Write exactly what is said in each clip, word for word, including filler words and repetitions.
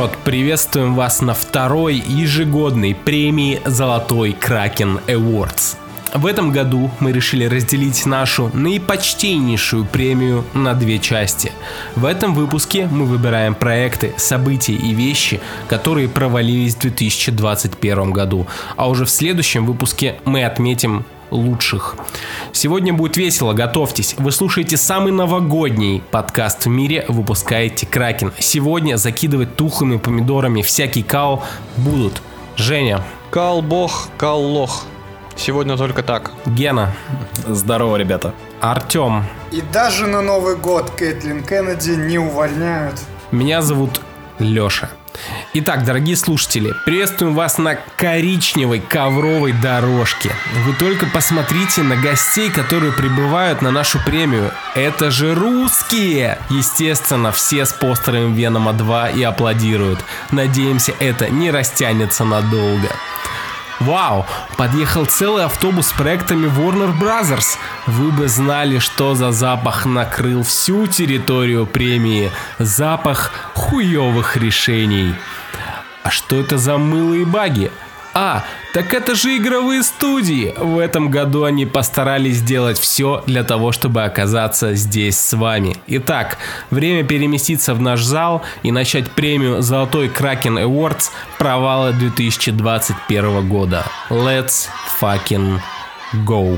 народ, приветствуем вас на второй ежегодной премии «Золотой Кракен Awards». В этом году мы решили разделить нашу наипочтеннейшую премию на две части. В этом выпуске мы выбираем проекты, события и вещи, которые провалились в две тысячи двадцать первом году, а уже в следующем выпуске мы отметим лучших. Сегодня будет весело, готовьтесь. Вы слушаете самый новогодний подкаст в мире, выпускаете Кракен. Сегодня закидывать тухлыми помидорами всякий кал будут Женя. Кал бог, кал лох. Сегодня только так. Гена. Здорово, ребята. Артем. И даже на Новый год Кэтлин Кеннеди не увольняют. Меня зовут Леша. Итак, дорогие слушатели, приветствуем вас на коричневой ковровой дорожке. Вы только посмотрите на гостей, которые прибывают на нашу премию. Это же русские! Естественно, все с постерами Венома два и аплодируют. Надеемся, это не растянется надолго. Вау, подъехал целый автобус с проектами Warner Brothers. Вы бы знали, что за запах накрыл всю территорию премии. Запах хуёвых решений. А что это за мылые баги? А, так это же игровые студии. В этом году они постарались сделать все для того, чтобы оказаться здесь с вами. Итак, время переместиться в наш зал и начать премию «Золотой Кракен Awards» провала две тысячи двадцать первого года. Let's fucking go!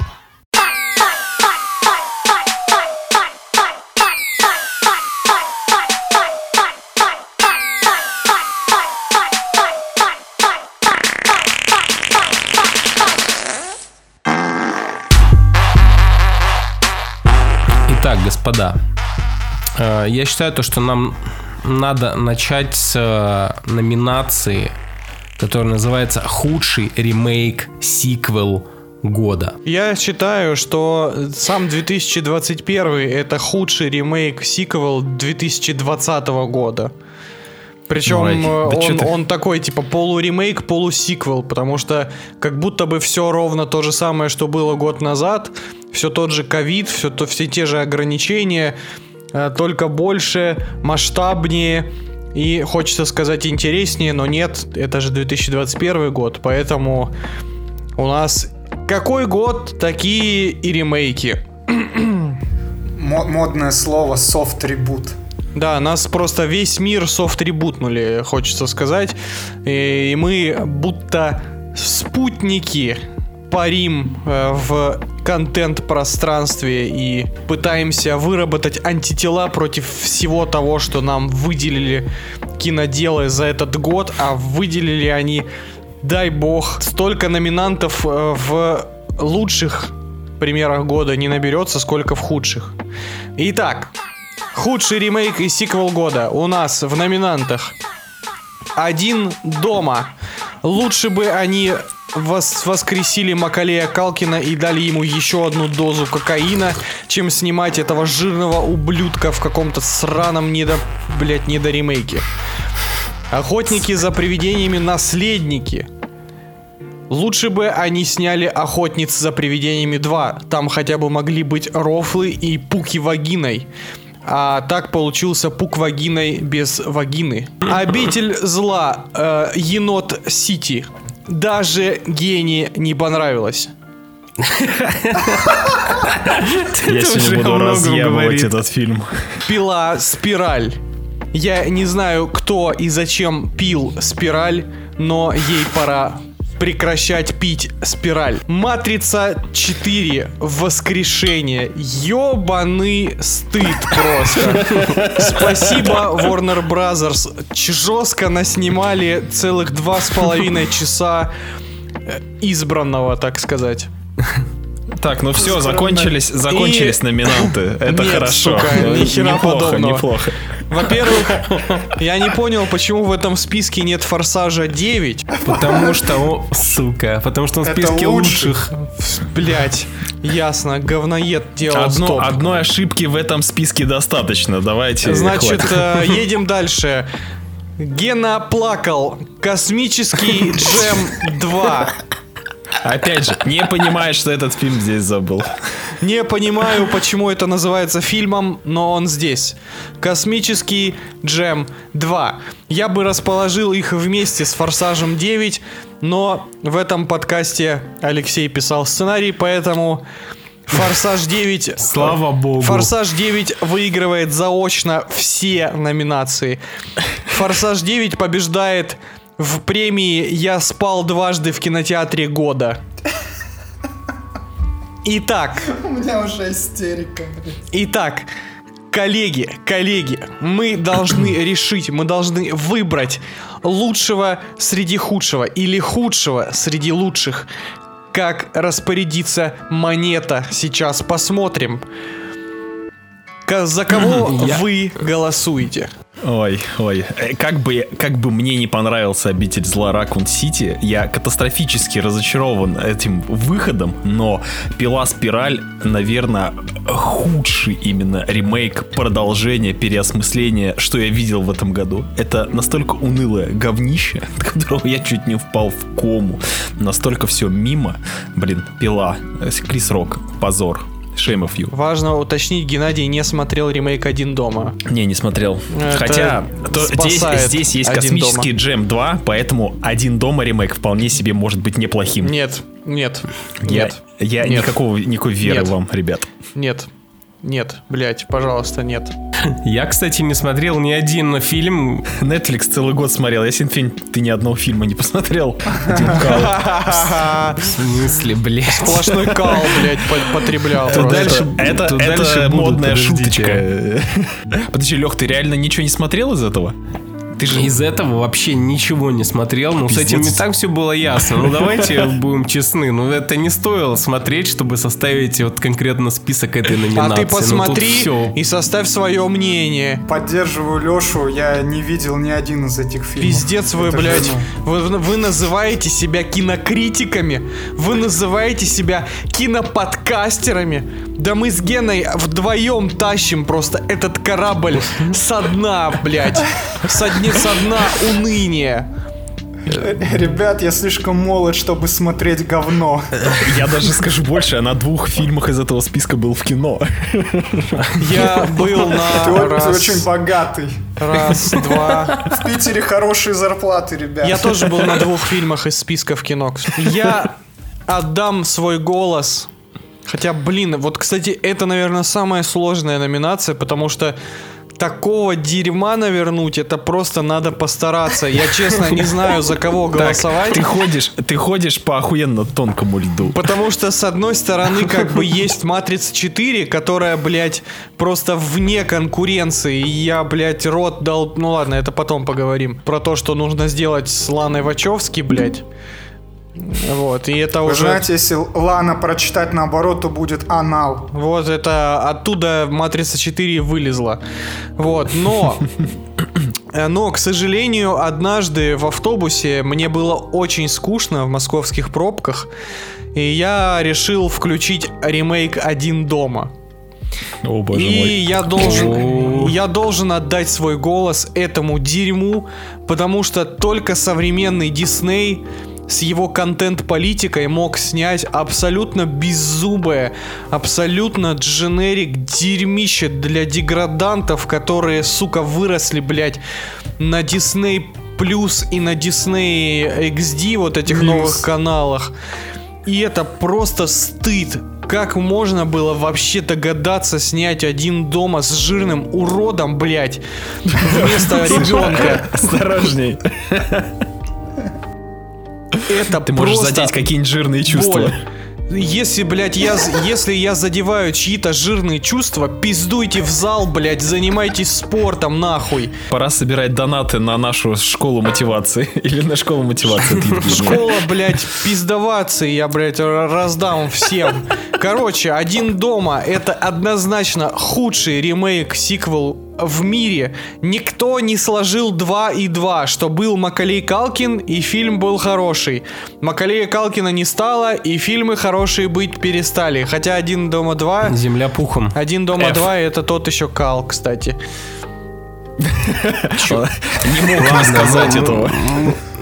Итак, господа, я считаю то, что нам надо начать с номинации, которая называется «Худший ремейк, сиквел года». Я считаю, что сам две тысячи двадцать первый это худший ремейк, сиквел две тысячи двадцатого года. Причем он, да он такой типа полуремейк, полусиквел, потому что как будто бы все ровно то же самое, что было год назад. Все тот же ковид, все, то, все те же ограничения, только больше, масштабнее и, хочется сказать, интереснее, но нет, это же две тысячи двадцать первый год, поэтому у нас какой год, такие и ремейки. Модное слово софт-ребут. Да, нас просто весь мир софт-ребутнули, хочется сказать, и мы будто спутники парим в контент-пространстве и пытаемся выработать антитела против всего того, что нам выделили киноделы за этот год, а выделили они, дай бог, столько номинантов в лучших примерах года не наберется, сколько в худших. Итак, худший ремейк и сиквел года у нас в номинантах «Один дома». Лучше бы они вос- воскресили Макалея Калкина и дали ему еще одну дозу кокаина, чем снимать этого жирного ублюдка в каком-то сраном недо... блять, недоремейке. «Охотники за привидениями. Наследники». Лучше бы они сняли «Охотниц за привидениями два». Там хотя бы могли быть рофлы и пуки вагиной. А так получился пук вагиной без вагины. «Обитель зла», э, «Енот Сити». Даже Гене не понравилось. Я сегодня буду разъебывать этот фильм. «Пила Спираль». Я не знаю, кто и зачем пил Спираль, но ей пора прекращать пить Спираль. «Матрица четыре. Воскрешение». Ёбаный стыд просто. Спасибо, Warner Brothers. Жестко наснимали целых два с половиной часа избранного, так сказать. Так, ну все, закончились, закончились и... номинанты. Это Нет, хорошо. Сука, ни хера неплохо, подобного. неплохо. Во-первых, я не понял, почему в этом списке нет «Форсажа девять». Потому что, о, сука, потому что он в списке лучших. Блять, ясно, говноед делал Одно, стоп. Одной ошибки в этом списке достаточно, давайте. Значит, э, едем дальше. Гена плакал. «Космический Джем два». Опять же, не понимает, что этот фильм здесь забыл. Не понимаю, почему это называется фильмом, но он здесь. Космический Джем два. Я бы расположил их вместе с Форсажем девять, но в этом подкасте Алексей писал сценарий, поэтому Форсаж девять... Слава богу. Форсаж девять выигрывает заочно все номинации. Форсаж девять побеждает в премии «Я спал дважды в кинотеатре года». Итак. У меня уже истерика. Итак, коллеги, коллеги, мы должны решить, мы должны выбрать лучшего среди худшего или худшего среди лучших. Как распорядится монета, сейчас посмотрим. К- за кого Я- вы голосуете? Ой, ой, Э, как бы, как бы мне не понравился «Обитель зла» Raccoon City, я катастрофически разочарован этим выходом, но «Пила. Спираль», наверное, худший именно ремейк, продолжение, переосмысление, что я видел в этом году. Это настолько унылое говнище, от которого я чуть не впал в кому. Настолько все мимо. Блин, «Пила», Крис Рок, позор. Shame of you. Важно уточнить, Геннадий не смотрел ремейк «Один дома». Не, не смотрел. Это Хотя то, здесь, спасает здесь есть «Один космический дома». Джем два, поэтому «Один дома» ремейк вполне себе может быть неплохим. Нет, нет, Я, нет, я нет. никакого, никакой веры Нет. вам, ребят. нет, нет, блять, пожалуйста, нет. Я, кстати, не смотрел ни один фильм. Netflix целый год смотрел. Ясен Фень, ты ни одного фильма не посмотрел. Один кал. В смысле, блядь? Сплошной кал, блять, потреблял. То просто. дальше- Это, то это дальше будут, модная подождите. шуточка. Подожди, Лех, ты реально ничего не смотрел из этого? Ты же... Из этого вообще ничего не смотрел. Ну, с этим и Пиздец. так все было ясно. Ну, давайте будем честны. Ну, это не стоило смотреть, чтобы составить вот конкретно список этой А номинации. ты Ну, тут посмотри всё. и составь свое мнение. Поддерживаю Лешу, я не видел ни один из этих фильмов. Пиздец вы, Это блядь. же, ну, Вы, вы называете себя кинокритиками. Вы называете себя киноподкастерами. Да мы с Геной вдвоем тащим просто этот корабль со дна, блядь. Со, дне, со дна уныния. Ребят, я слишком молод, чтобы смотреть говно. Я даже скажу больше, а на двух фильмах из этого списка был в кино. Я был Ты, на о- ты раз, очень богатый. раз, два. В Питере хорошие зарплаты, ребят. Я тоже был на двух фильмах из списка в кино. Я отдам свой голос. Хотя, блин, вот, кстати, это, наверное, самая сложная номинация, потому что такого дерьма навернуть, это просто надо постараться. Я, честно, не знаю, за кого голосовать. Ты ходишь, ты ходишь по охуенно тонкому льду. Потому что, с одной стороны, как бы есть «Матрица четыре», которая, блядь, просто вне конкуренции. И я, блядь, рот дал... Ну ладно, это потом поговорим. Про то, что нужно сделать с Ланой Вачовски, блядь. Вот, и это Вы уже... знаете, если Лана прочитать наоборот, то будет анал. Вот это оттуда «Матрица четыре» вылезла. Вот, но... Но, к сожалению, однажды в автобусе мне было очень скучно в московских пробках, и я решил включить ремейк «Один дома». О, боже И мой. я должен, я должен отдать свой голос этому дерьму, потому что только современный Дисней с его контент-политикой мог снять абсолютно беззубое, абсолютно дженерик дерьмище для деградантов, которые, сука, выросли, блядь, на Disney Plus и на Disney икс ди, вот этих Плюс. новых каналах. И это просто стыд. Как можно было вообще догадаться снять «Один дома» с жирным уродом, блядь, вместо ребенка? Осторожней. Это Ты можешь просто задеть какие-нибудь жирные чувства. боль. Если, блядь, я, если я задеваю чьи-то жирные чувства, пиздуйте в зал, блядь, занимайтесь спортом, нахуй. Пора собирать донаты на нашу школу мотивации. Или на школу мотивации. от Евгения. Школа, блядь, пиздовации я, блядь, р- раздам всем. Короче, «Один дома» — это однозначно худший ремейк, сиквел в мире. Никто не сложил два и два, что был Маколей Калкин, и фильм был хороший. Маколея Калкина не стало, и фильмы хорошие быть перестали. Хотя «Один дома два», Земля пухом. «Один дома F. два» — это тот еще Кал, кстати. Не мог не сказать ну, этого.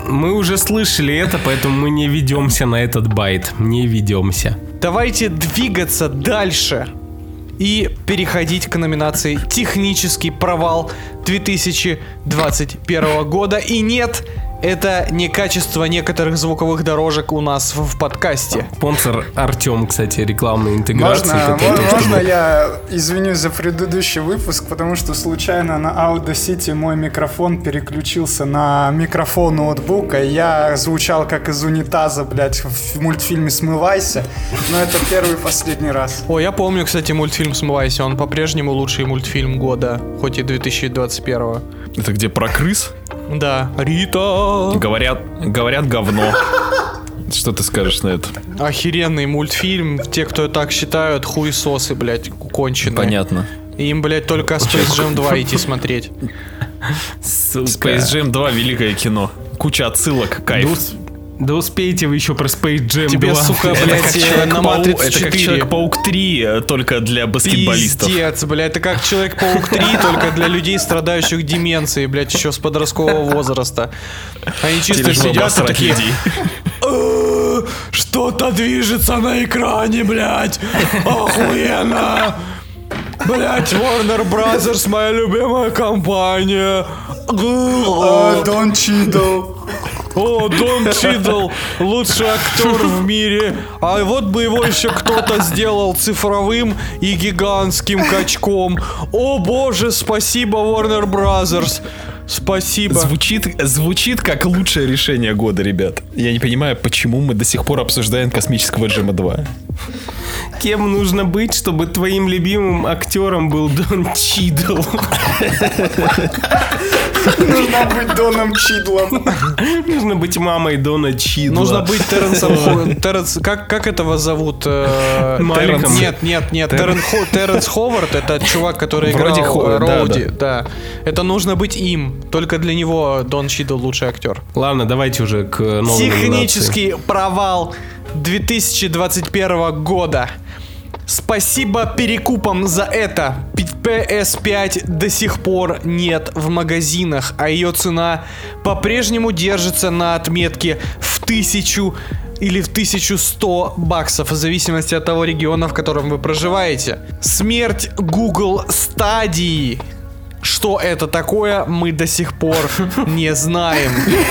Мы уже слышали это, поэтому мы не ведемся на этот байт. Не ведемся. Давайте двигаться дальше и переходить к номинации «Технический провал две тысячи двадцать первого года». И нет, это не качество некоторых звуковых дорожек у нас в, в подкасте. Спонсор Артем, кстати, рекламной интеграции. Можно, который можно, только можно что- я извинюсь за предыдущий выпуск, потому что случайно на Audacity мой микрофон переключился на микрофон ноутбука, и я звучал как из унитаза, блядь, в мультфильме «Смывайся», но это первый и последний раз. О, я помню, кстати, мультфильм «Смывайся». Он по-прежнему лучший мультфильм года, хоть и две тысячи двадцать первого. Это где про крыс? Да. Рита! Говорят, говорят говно. Что ты скажешь на это? Охеренный мультфильм. Те, кто так считают, хуесосы, блядь, конченые. Понятно. Им, блядь, только Space Jam два идти смотреть. Сука. Space Jam два великое кино. Куча отсылок, Да, кайф. ус- да успейте вы еще про Space Jam Тебе, два. сука, Это блядь, как э, на Человек-паук- Матрицу это как четыре. Человек-паук три, э, только для баскетболистов. Пиздец, блядь, это как Человек-паук три, только для людей, страдающих деменцией, блядь, еще с подросткового возраста. Они чисто Тебе же сидят и обосрать такие... людей. «Э, Что-то движется на экране, блядь! Охуенно! Блядь, Warner Brothers, моя любимая компания. А, Дон Чидл. О, Дон Чидл, лучший актер в мире. А вот бы его еще кто-то сделал цифровым и гигантским качком. О боже, спасибо, Warner Brothers. Спасибо. Звучит, звучит как лучшее решение года, ребят. Я не понимаю, почему мы до сих пор обсуждаем космического Джема два. Кем нужно быть, чтобы твоим любимым актером был Дон Чидл? Нужно быть Доном Чидлом. Нужно быть мамой Дона Чидла. Нужно быть Терренсом Хо... Терренс... Как, как этого зовут? Э, Маликом. Терренс- Нет, нет, нет. Террен Хо- Терренс Ховард, это чувак, который Вроде играл Хо- э, да, Роуди. Да. Это нужно быть им. Только для него Дон Чидл лучший актер. Ладно, давайте уже к новой номинации. Технический провал две тысячи двадцать первого года. Спасибо перекупам за это. пи эс пять до сих пор нет в магазинах, а ее цена по-прежнему держится на отметке в тысячу или в тысячу сто баксов, в зависимости от того региона, в котором вы проживаете. Смерть Google Stadia. Что это такое, мы до сих пор не знаем.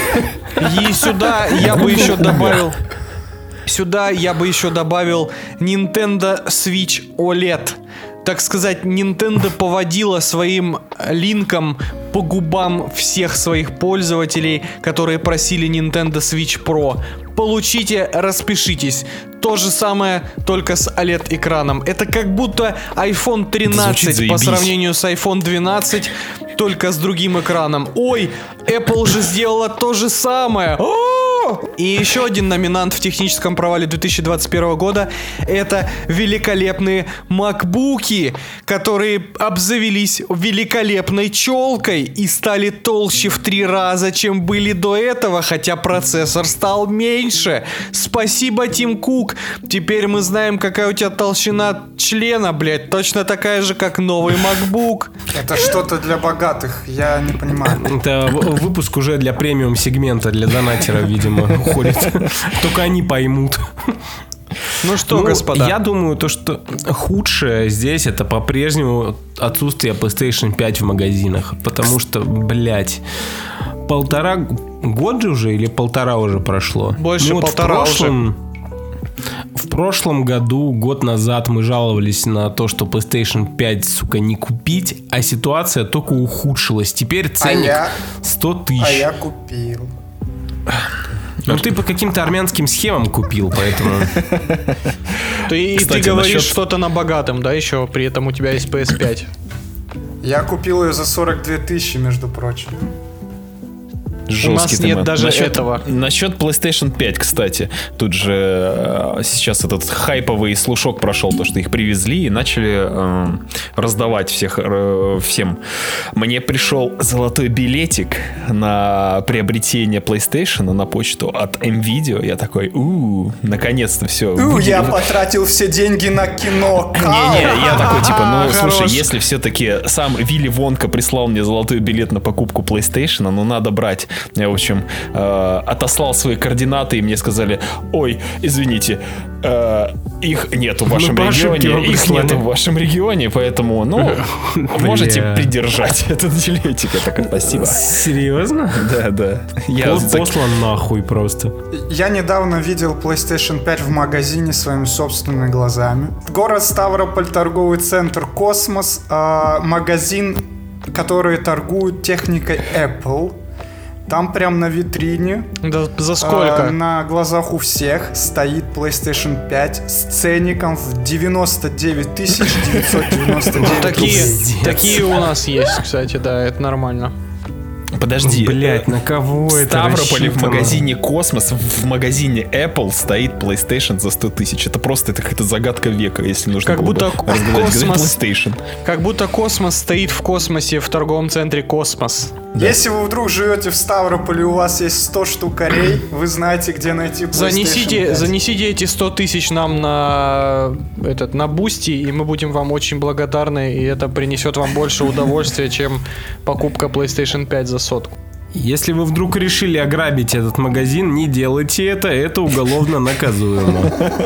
И сюда я бы еще добавил... Сюда я бы еще добавил Nintendo Switch о лед. Так сказать, Nintendo поводила своим линком по губам всех своих пользователей, которые просили Nintendo Switch Pro. Получите, распишитесь. То же самое, только с о лед экраном. Это как будто айфон тринадцать по заебись. сравнению с айфон двенадцать, только с другим экраном. Ой, Apple же сделала то же самое. И еще один номинант в техническом провале две тысячи двадцать первого года — это великолепные макбуки, которые обзавелись великолепной челкой и стали толще в три раза, чем были до этого, хотя процессор стал меньше. Спасибо, Тим Кук. Теперь мы знаем, какая у тебя толщина члена, блядь, точно такая же, как новый MacBook. Это что-то для богатых, я не понимаю. Это в- выпуск уже для премиум сегмента, для донатеров, видимо, уходит. Только они поймут. Ну что, Ну, господа? Я думаю, то, что худшее здесь это по-прежнему отсутствие PlayStation пять в магазинах. Потому что, блядь, полтора год же уже или полтора уже прошло? Больше Ну вот полтора в прошлом, В прошлом году, год назад, мы жаловались на то, что PlayStation пять, сука, не купить, а ситуация только ухудшилась. Теперь ценник я- сто тысяч. А я купил. Ну ты по каким-то армянским схемам купил, поэтому... Ты, Кстати, ты говоришь насчет- что-то на богатом, да, еще при этом у тебя есть пи эс пять. Я купил ее за сорок две тысячи, между прочим. У нас ты, нет мэн. даже насчет, этого. Насчет PlayStation пять, кстати. Тут же э, сейчас этот хайповый слушок прошел, то, что их привезли и начали э, раздавать всех, э, всем. Мне пришел золотой билетик на приобретение PlayStation на почту от М-Видео. Я такой, у наконец-то все. У, я потратил все деньги на кино. Не-не, я такой, типа, ну, Хорош. слушай, если все-таки сам Вилли Вонка прислал мне золотой билет на покупку PlayStation, ну, надо брать. Я, в общем, э, отослал свои координаты, и мне сказали: ой, извините, э, их нет в вашем Ну, по ошибке вам регионе, их прислали. нет в вашем регионе, поэтому, ну, можете Бля. придержать этот билетик. Я такой: спасибо. Серьезно? Да, да. Я Пос- зак- Послан нахуй просто. Я недавно видел PlayStation пять в магазине своими собственными глазами. Город Ставрополь, торговый центр «Космос», а, магазин, который торгует техникой Apple. Там прям на витрине, Да за а, сколько? на глазах у всех стоит PlayStation пять с ценником в девяносто девять тысяч девятьсот девяносто девять Такие, Пиздец. такие у нас есть, кстати, да, это нормально. Подожди. Блять, на кого В это Ставрополе в рассчитано? магазине Космос, в магазине Apple стоит PlayStation за сто тысяч. Это просто это какая-то загадка века, если нужно Как было будто бы ко- разгадать космос- PlayStation. Как будто космос стоит в космосе в торговом центре «Космос». Если вы вдруг живете в Ставрополе и у вас есть сто штукарей, вы знаете, где найти PlayStation Занесите, пять. занесите эти сто тысяч нам на этот на Бусти, и мы будем вам очень благодарны, и это принесет вам больше удовольствия, чем покупка PlayStation пять за сотку. Если вы вдруг решили ограбить этот магазин, не делайте это, это уголовно наказуемо.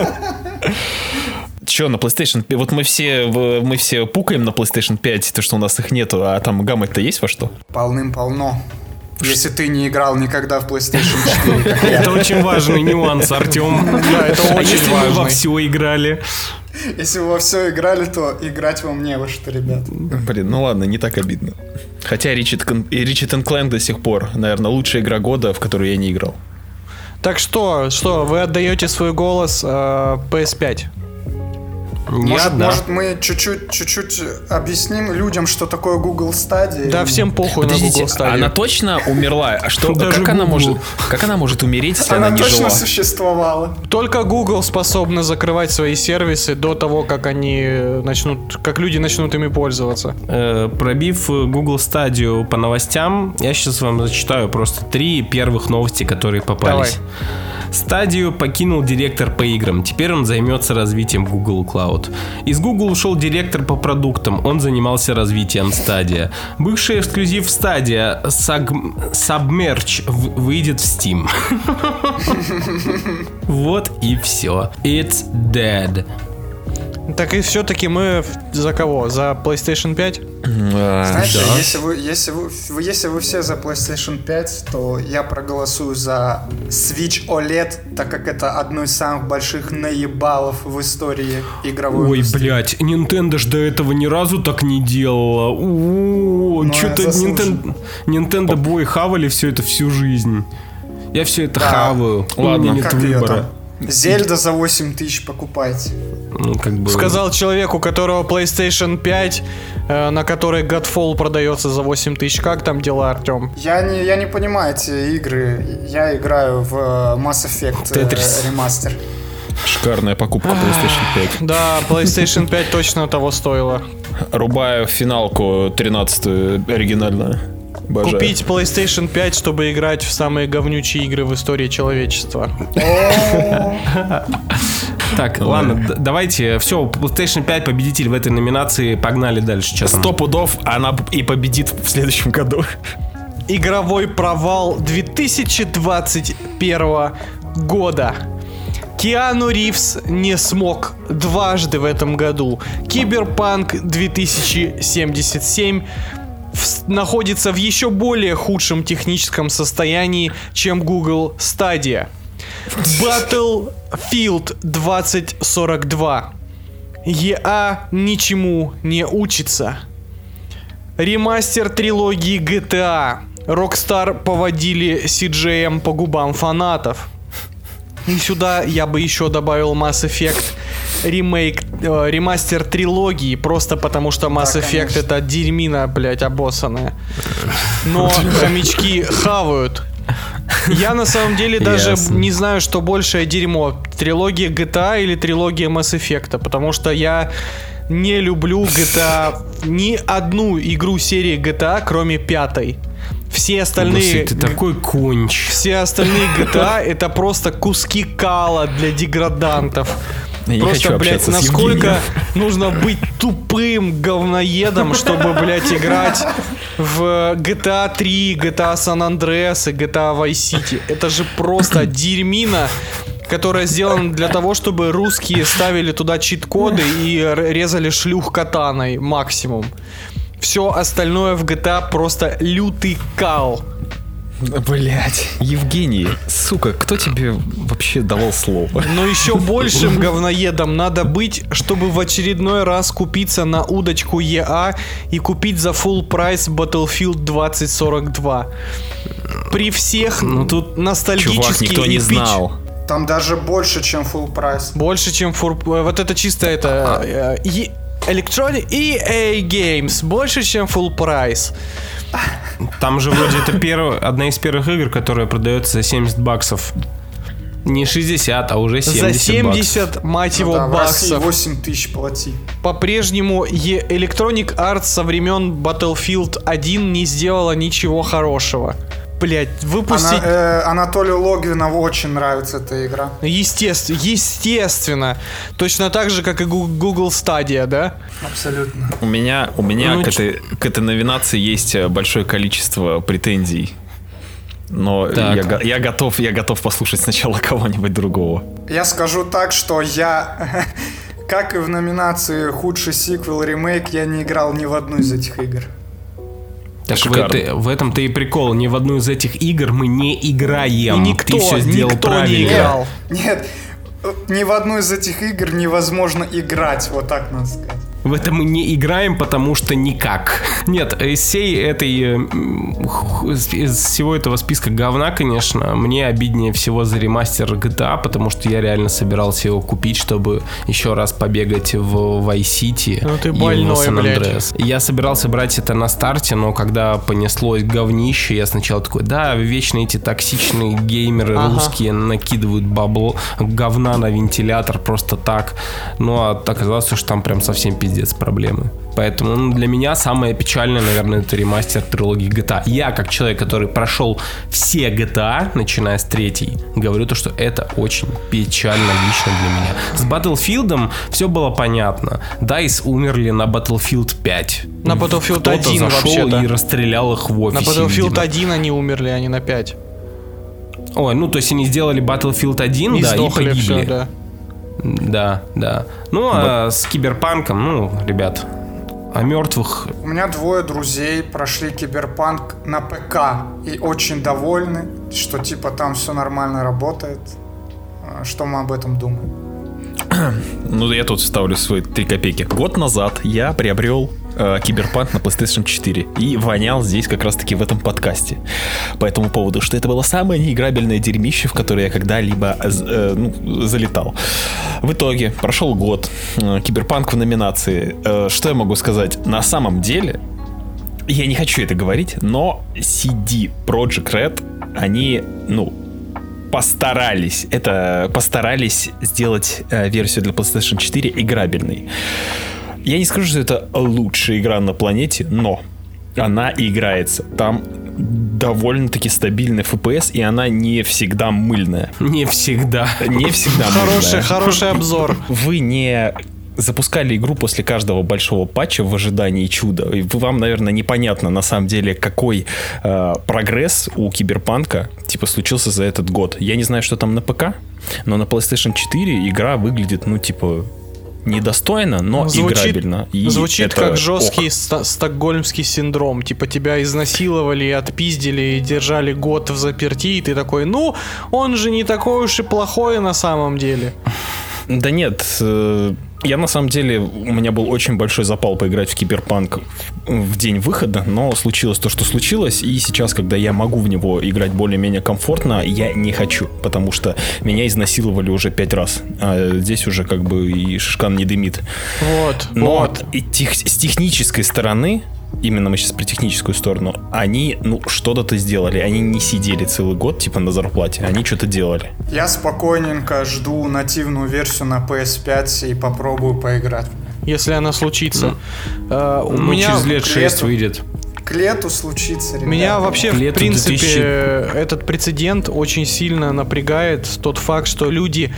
Че, на PlayStation пять? Вот мы все, в- мы все пукаем на PlayStation пять, то, что у нас их нету, а там гаммать-то есть во что? Полным-полно. Если ты не играл никогда в PlayStation четыре, как я. Это очень важный нюанс, Артем. Да, это А очень если вы во важно. все играли? Если вы во все играли, то играть вам не во что, ребят. Блин, ну ладно, не так обидно. Хотя Ratchet Clank- и Ratchet энд Clank до сих пор, наверное, лучшая игра года, в которую я не играл. Так что, что, вы отдаете свой голос э, пи эс пять? Может, Я, да. может, мы чуть-чуть, чуть-чуть объясним людям, что такое Google Stadia? Да, всем похуй на Подождите, Google Stadia. она точно умерла? А что, Даже как, она Google. может, как она может умереть, если она, Она не точно жила? существовала. Только Google способна закрывать свои сервисы до того, как они начнут, как люди начнут ими пользоваться. Э, Пробив э, Google Stadia по новостям, я сейчас вам зачитаю просто три первых новости, которые попались. Стадию покинул директор по играм. Теперь он займется развитием Google Cloud. Из Google ушел директор по продуктам. Он занимался развитием Stadia. Бывший эксклюзив Stadia Sag- Submerge в- выйдет в Steam. Вот и все. It's dead. Так и все-таки мы в- за кого? За PlayStation пять? А, Знаете, да. если, вы, если, вы, вы- если вы все за PlayStation пять, то я проголосую за Switch о лед, так как это одно из самых больших наебалов в истории игровой Ой, индустрии. блядь, Nintendo ж до этого ни разу так не делала. У Ну, что-то я заслужен. Nintendo, Nintendo Boy хавали все это всю жизнь. Я все это Да. хаваю. У Ладно. меня нет Как ее выбора. там? Зельда за восемь тысяч покупайте. Ну, как бы... Сказал человек, у которого PlayStation пять, э, на которой Godfall продается за восемь тысяч. Как там дела, Артем? Я не, я не понимаю эти игры. Я играю в э, Mass Effect э, Tetris. ремастер. Шикарная покупка PlayStation пять. Да, PlayStation пять точно того стоило. Рубаю финалку тринадцатую оригинальную. Обожаю. Купить PlayStation пять, чтобы играть в самые говнючие игры в истории человечества. Так, ладно, д- давайте. Все, PlayStation пять победитель в этой номинации. Погнали дальше. Что там? Сто пудов она и победит в следующем году. Игровой провал две тысячи двадцать первого года. Киану Ривз не смог дважды в этом году. Киберпанк две тысячи семьдесят семь в- находится в еще более худшем техническом состоянии, чем Google Stadia. Battlefield двадцать сорок два. и а ничему не учится. Ремастер трилогии джи ти эй. Rockstar поводили си джей эм по губам фанатов. И сюда я бы еще добавил Mass Effect ремейк, э, ремастер трилогии, просто потому что Mass Да, Effect конечно. это дерьмина, блять, обоссанная. Но хомячки хавают. Я на самом деле даже Ясно. не знаю, что большее дерьмо. Трилогия джи ти эй или трилогия Mass Effect, потому что я не люблю джи ти эй, ни одну игру серии джи ти эй, кроме пятой. Все остальные... Господи, ты такой конч. Все остальные джи ти эй это просто куски кала для деградантов. Я не Просто, хочу блядь, общаться с насколько Евгением. нужно быть тупым говноедом, чтобы, блядь, играть в джи ти эй три, джи ти эй San Andreas и джи ти эй Vice City. Это же просто дерьмина, которая сделана для того, чтобы русские ставили туда чит-коды и р- резали шлюх катаной максимум. Все остальное в джи ти эй просто лютый кал. Блять, Евгений, сука, кто тебе вообще давал слово? Но еще большим говноедом надо быть, чтобы в очередной раз купиться на удочку и эй и купить за full прайс Battlefield двадцать сорок два. При всех Ну, тут, ностальгически Чувак, никто не эпич- знал. Там даже больше, чем full прайс. Больше, чем full... Вот это чисто это... э, е- Electronic и эй Games. Больше, чем full прайс. Там же вроде это первая, одна из первых игр, которая продается за семьдесят баксов. Не шестьдесят, а уже семьдесят За семьдесят, мать Ну его, да, в России баксов. восемь тысяч плати. По-прежнему е- Electronic Arts со времен Battlefield один не сделала ничего хорошего. Блять, выпустить... Ана- э, Анатолию Логвинову очень нравится эта игра. Естественно, естественно. Точно так же, как и Гу- Google Stadia, да? Абсолютно. У меня, у меня Ну, к, ч- этой, к этой номинации есть большое количество претензий. Но Так. я, го- я, готов, я готов послушать сначала кого-нибудь другого. Я скажу так, что я, как и в номинации худший сиквел, ремейк, я не играл ни в одну из этих игр. Так в, Шикарно. это- в этом-то и прикол. Ни в одну из этих игр мы не играем. И никто, Ты все сделал никто правильно. не играл. Нет, э, ни в одну из этих игр невозможно играть, вот так надо сказать. В это мы не играем, потому что никак. Нет, из всей этой... э, м, х- Из всего этого списка говна, конечно, мне обиднее всего за ремастер джи ти эй, потому что я реально собирался его купить, чтобы еще раз побегать в Vice City Ну ты и в больной, San блядь. Andreas. Я собирался брать это на старте, но когда понеслось говнище, я сначала такой, да, вечно эти токсичные геймеры Ага. русские накидывают бабло, говна на вентилятор просто так. Ну, а оказалось, что там прям совсем пиздец проблемы. Поэтому ну, для меня самое печальное, наверное, это ремастер трилогии джи ти эй. Я, как человек, который прошел все джи ти эй, начиная с третьей, говорю то, что это очень печально лично для меня. С Battlefield все было понятно. дайс умерли на Battlefield пять. На Battlefield Кто-то один зашел вообще-то. и расстрелял их в На офисе. Battlefield видимо. один они умерли, а не на пять. Ой, ну то есть они сделали Battlefield один, И да, и сдохли погибли. все, да. Да, да. Ну, а с Киберпанком, ну, ребят, о мертвых. У меня двое друзей прошли Киберпанк на ПК и очень довольны, что типа там все нормально работает. А, Что мы об этом думаем? Ну, я тут вставлю свои три копейки. Год назад я приобрел э, Киберпанк на PlayStation четыре и вонял здесь как раз-таки в этом подкасте по этому поводу, что это было самое неиграбельное дерьмище, в которое я когда-либо э, ну, залетал. В итоге прошел год, э, Киберпанк в номинации. Э, что я могу сказать? На самом деле, я не хочу это говорить, но си ди Projekt Red, они, ну, постарались, это постарались сделать э, версию для PlayStation четыре играбельной. Я не скажу, что это лучшая игра на планете, но она играется. Там довольно-таки стабильный эф пи эс, и она не всегда мыльная. Не всегда. Не всегда Хороший, мыльная. хороший обзор. Вы не запускали игру после каждого большого патча в ожидании чуда. И вам, наверное, непонятно на самом деле, какой э, прогресс у Киберпанка типа случился за этот год. Я не знаю, что там на ПК, но на PlayStation четыре игра выглядит, ну, типа, недостойно, но Звучит, играбельно. И звучит это как жесткий ок. ста- стокгольмский синдром. Типа тебя изнасиловали, отпиздили и держали год в заперти, и ты такой, ну, он же не такой уж и плохой на самом деле. Да нет, э, я на самом деле, у меня был очень большой запал поиграть в Киберпанк в, в день выхода, но случилось то, что случилось, и сейчас, когда я могу в него играть более-менее комфортно, я не хочу, потому что меня изнасиловали уже пять раз, а здесь уже как бы и шишкан не дымит. Вот, Но вот. и тех- с технической стороны, именно мы сейчас про техническую сторону, они, ну, что-то сделали. Они не сидели целый год, типа, на зарплате. Они что-то делали. Я спокойненько жду нативную версию на пи эс пять и попробую поиграть. Если она случится. Э, у Ну, меня... через лет к шесть лету. выйдет. К лету случится, ребята. Меня вообще, К в лету принципе, две тысячи этот прецедент очень сильно напрягает. Тот факт, что люди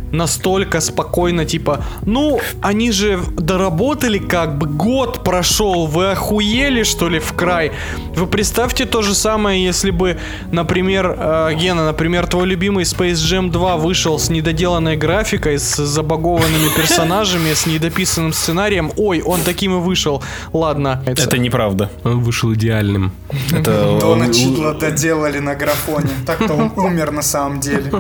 настолько спокойно, типа, ну, они же доработали, как бы год прошел, вы охуели, что ли, в край? Вы представьте то же самое, если бы, например, э, Гена, например, твой любимый Space Jam два вышел с недоделанной графикой, с забагованными персонажами, с недописанным сценарием. Ой, он таким и вышел. Ладно. Это неправда. Он вышел идеальным. Это... Дона Чидла доделали на графоне. Так-то он умер на самом деле.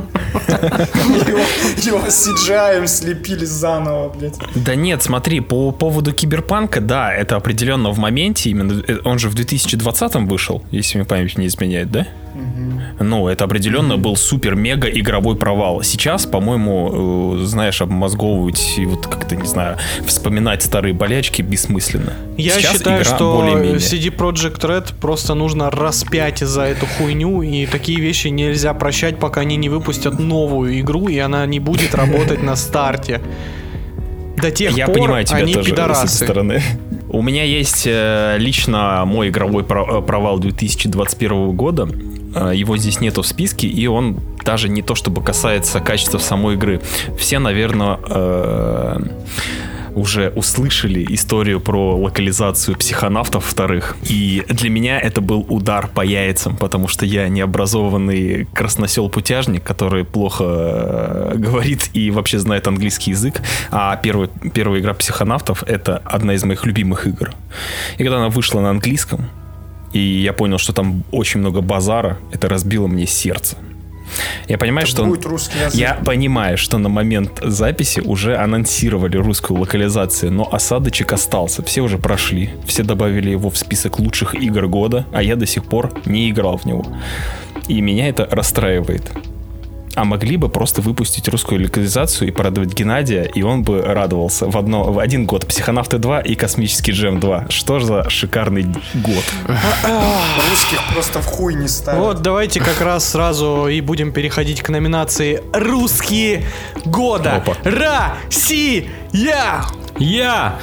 Его си джи ай слепили заново, блядь. Да нет, смотри, по поводу Киберпанка, да, это определенно в моменте, именно он же в две тысячи двадцатом вышел, если мне память не изменяет, да? Угу. Ну, это определенно угу. был супер-мега игровой провал. Сейчас, по-моему, знаешь, обмозговывать и вот как-то, не знаю, вспоминать старые болячки бессмысленно. Я Сейчас считаю, что более-менее. си ди Projekt Red просто нужно распять за эту хуйню, и такие вещи нельзя прощать, пока они не выпустят новую игру, и она не будет работать на старте. До тех Я пор понимаю тебя они тоже пидорасы. с этой стороны. У меня есть э, лично мой игровой провал две тысячи двадцать первого года. Э, его здесь нету в списке, и он даже не то чтобы касается качества самой игры. Все, наверное, э, уже услышали историю про локализацию психонавтов вторых. И для меня это был удар по яйцам, потому что я необразованный красносел-путяжник, который плохо говорит и вообще знает английский язык. А первый, первая игра психонавтов — это одна из моих любимых игр. И когда она вышла на английском, и я понял, что там очень много базара, это разбило мне сердце. Я понимаю, это что будет русский язык. Я понимаю, что на момент записи уже анонсировали русскую локализацию, но осадочек остался. Все уже прошли, все добавили его в список лучших игр года, а я до сих пор не играл в него. И меня это расстраивает. А могли бы просто выпустить русскую локализацию и порадовать Геннадия, и он бы радовался в, одно, в один год. Психонавты два и Космический Джем два. Что за шикарный год. Русских просто в хуй не ставят. Вот давайте как раз сразу и будем переходить к номинации «Русские года». Опа. Россия! Я! Я.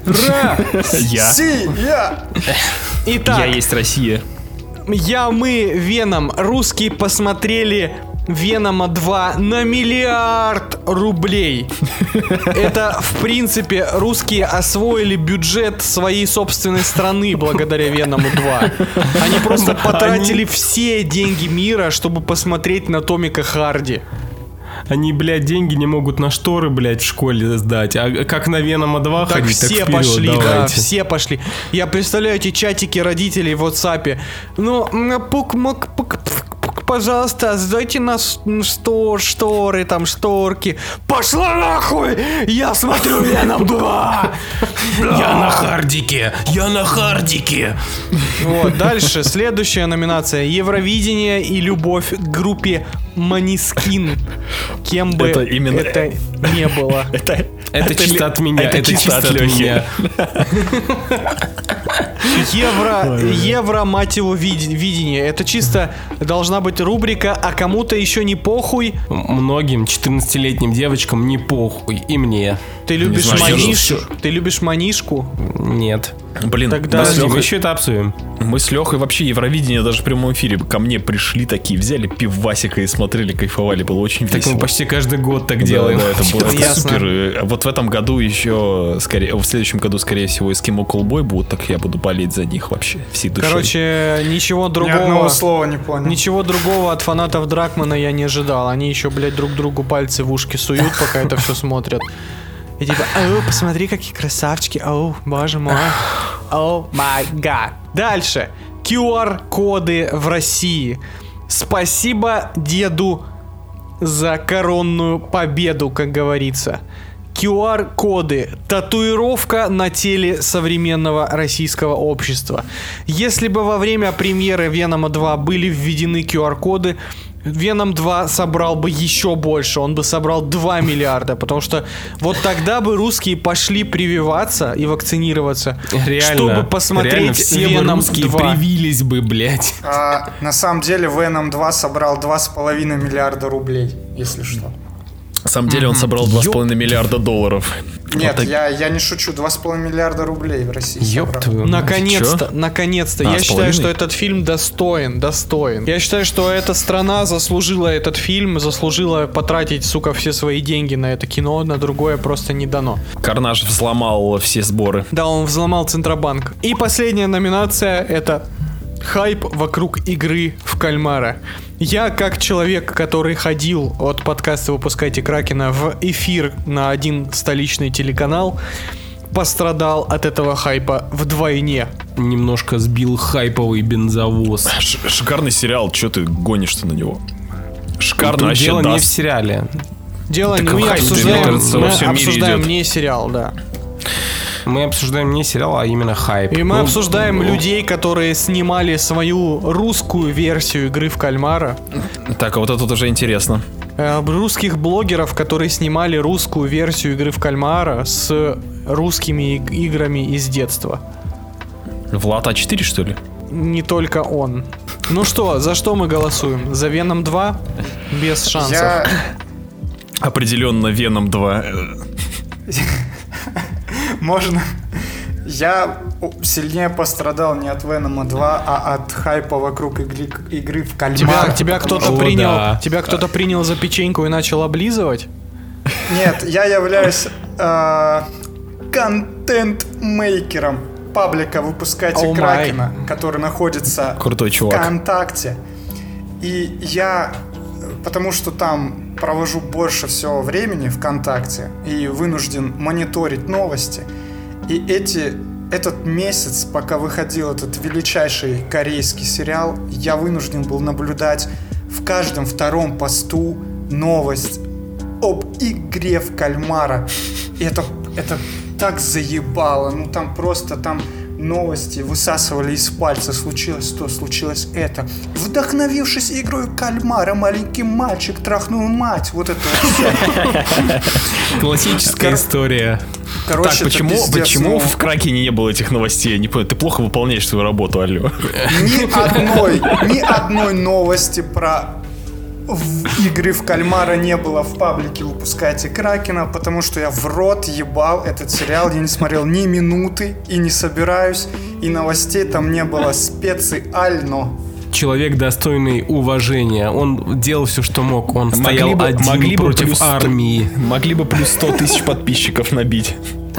Россия! Итак, Я есть Россия. я, мы, Веном, русские посмотрели Венома два на миллиард рублей. Это, в принципе, русские освоили бюджет своей собственной страны благодаря Веному два. Они просто потратили все деньги мира, чтобы посмотреть на Томика Харди. Они, блядь, деньги не могут на шторы, блядь, в школе сдать. А как на Венома два Так ходить, все так вперед, пошли, давайте. да, все пошли. Я представляю эти чатики родителей в WhatsApp. Ну, пук, мук, пук, пук, пожалуйста, сдайте нас штор, шторы, там, шторки. Пошла нахуй! Я смотрю Веном два! Я на хардике! Я на хардике! Вот, дальше, следующая номинация. Евровидение и любовь к группе Måneskin. Кем бы Это это, именно- не было. Это, Это чисто от меня, это это чисто чисто от от Лёхи. меня. Евро, евро, мать его, види- видение. Это чисто должна быть рубрика «А кому-то еще не похуй». Многим четырнадцатилетним девочкам не похуй, и мне. Ты любишь знаю, я манишку? Ты любишь манишку? Нет. Блин, Тогда- мы с Подожди, мы Лёхой- еще это обсудим. мы с Лехой вообще Евровидение даже в прямом эфире ко мне пришли такие, взяли пивасика и смотрели, кайфовали, было очень Так весело. мы почти каждый год так Да, делаем. да, это было Ясно. супер. И вот в этом году еще, скорее, в следующем году, скорее всего, Эскимо Колбой будут, так я буду болеть за них вообще всей душой. Короче, ничего Ни одного другого... слова не понял. Ничего другого от фанатов Дракмана я не ожидал. Они еще, блядь, друг другу пальцы в ушки суют, пока это все смотрят. И типа, оу, посмотри, какие красавчики, оу, боже мой, оу, май гад. Дальше. ку ар-коды в России. Спасибо деду за коронную победу, как говорится. ку ар-коды. Татуировка на теле современного российского общества. Если бы во время премьеры Венома два были введены ку ар-коды, Веном два собрал бы еще больше. Он бы собрал два миллиарда. Потому что вот тогда бы русские пошли прививаться и вакцинироваться, Реально. чтобы посмотреть реально все бы Веном русские два. привились бы, блядь. А, на самом деле Venom два собрал два с половиной миллиарда рублей, если что. На самом деле он собрал два с половиной миллиарда долларов. Нет, Вот так- я, я не шучу, два с половиной миллиарда рублей в России Ёб собрал. твою мать. Наконец-то, наконец-то. А, Я с считаю, половиной? что этот фильм достоин, достоин. Я считаю, что эта страна заслужила этот фильм, заслужила потратить, сука, все свои деньги на это кино, на другое просто не дано. Карнаж взломал все сборы. Да, он взломал Центробанк. И последняя номинация — это хайп вокруг игры в кальмара. Я, как человек, который ходил от подкаста «Выпускайте Кракена» в эфир на один столичный телеканал, пострадал от этого хайпа вдвойне. Немножко сбил хайповый бензовоз. Ш- шикарный сериал, что ты гонишь-то на него? Шикарно, Тут вообще дело не в даст. сериале. Дело Так мы хайп, обсуждаем, мне кажется, мы во всем мире обсуждаем идет. не сериал, да. Мы обсуждаем не сериал, а именно хайп. И мы Ну, обсуждаем ну, людей, которые снимали свою русскую версию игры в кальмара. Так, а вот это вот уже интересно. Э, Русских блогеров, которые снимали русскую версию игры в кальмара с русскими иг- играми из детства. Влад А четыре, что ли? Не только он. Ну что, за что мы голосуем? За Веном два? Без шансов. Я, Определенно Веном два. можно... Я сильнее пострадал не от Венома два, а от хайпа вокруг игры, игры в кальмара. Тебя, тебя потому кто-то О, принял, да. тебя кто-то принял за печеньку и начал облизывать? Нет, я являюсь э, контент-мейкером паблика «Выпускайте Oh my. Кракена», который находится Крутой чувак. ВКонтакте. И я, потому что там провожу больше всего времени ВКонтакте и вынужден мониторить новости. И эти, этот месяц, пока выходил этот величайший корейский сериал, я вынужден был наблюдать в каждом втором посту новость об игре в кальмара. И это, это так заебало. Ну там просто там новости высасывали из пальца. Случилось то, случилось это. Вдохновившись игрой кальмара, маленький мальчик трахнул мать. Вот это вот все. Классическая Кор- история. Короче, Так, это почему, пиздец, почему ну, в Кракене не было этих новостей? Я не понял, ты плохо выполняешь свою работу, алло. ни одной, ни одной новости про в- игры в кальмара не было в паблике «Выпускайте Кракена», потому что я в рот ебал этот сериал, я не смотрел ни минуты и не собираюсь, и новостей там не было специально. Человек, достойный уважения. Он делал все, что мог. Он стоял Могли бы- один могли бы против плюс сто армии. Могли бы плюс сто тысяч подписчиков набить.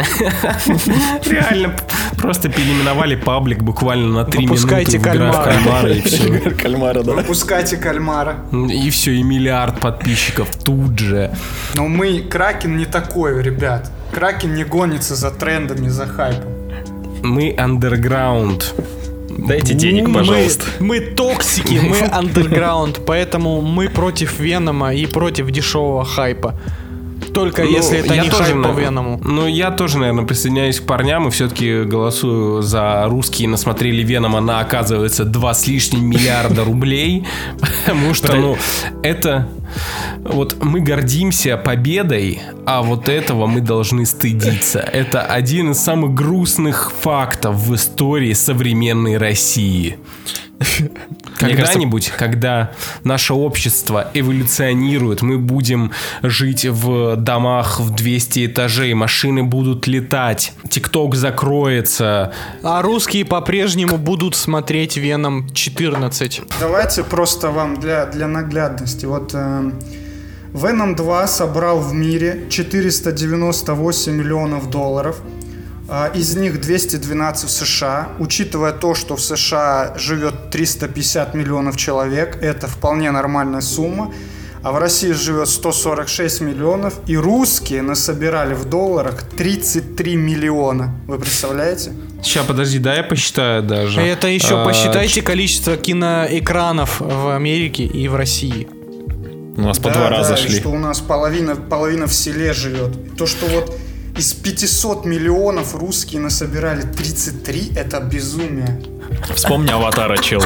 Реально, просто переименовали паблик буквально на три минуты. Выпускайте в игра в кальмара. кальмара, и все. Кальмара, да. «Выпускайте кальмара». И все, и миллиард подписчиков тут же. Но мы, Кракен не такой, ребят. Кракен не гонится за трендами, за хайпом. Мы андерграунд. Дайте денег, Мы- пожалуйста. Мы, токсики, мы андерграунд, поэтому мы против Венома и против дешевого хайпа. Только Ну, если это я не тоже, хайп по наверное, Веному. Ну, я тоже, наверное, присоединяюсь к парням и все-таки голосую за русские. Насмотрели Венома на, оказывается, два с лишним миллиарда рублей. Потому что, ну, это... Вот мы гордимся победой, а вот этого мы должны стыдиться. Это один из самых грустных фактов в истории современной России. Когда-нибудь, когда наше общество эволюционирует, мы будем жить в домах в двести этажей, машины будут летать, ТикТок закроется. А русские по-прежнему будут смотреть Веном четырнадцать. Давайте просто вам для, для наглядности. Вот э, Venom два собрал в мире четыреста девяносто восемь миллионов долларов. Э, из них двести двенадцать в США. Учитывая то, что в США живет триста пятьдесят миллионов человек, это вполне нормальная сумма. А в России живет сто сорок шесть миллионов. И русские насобирали в долларах тридцать три миллиона. Вы представляете? Сейчас, подожди, да, я посчитаю даже. Это еще А, посчитайте количество киноэкранов в Америке и в России. У нас по Да, два да, раза и шли. что у нас половина, половина в селе живет. И то, что вот из пятисот миллионов русские насобирали тридцать три, это безумие. Вспомни «Аватара», чел.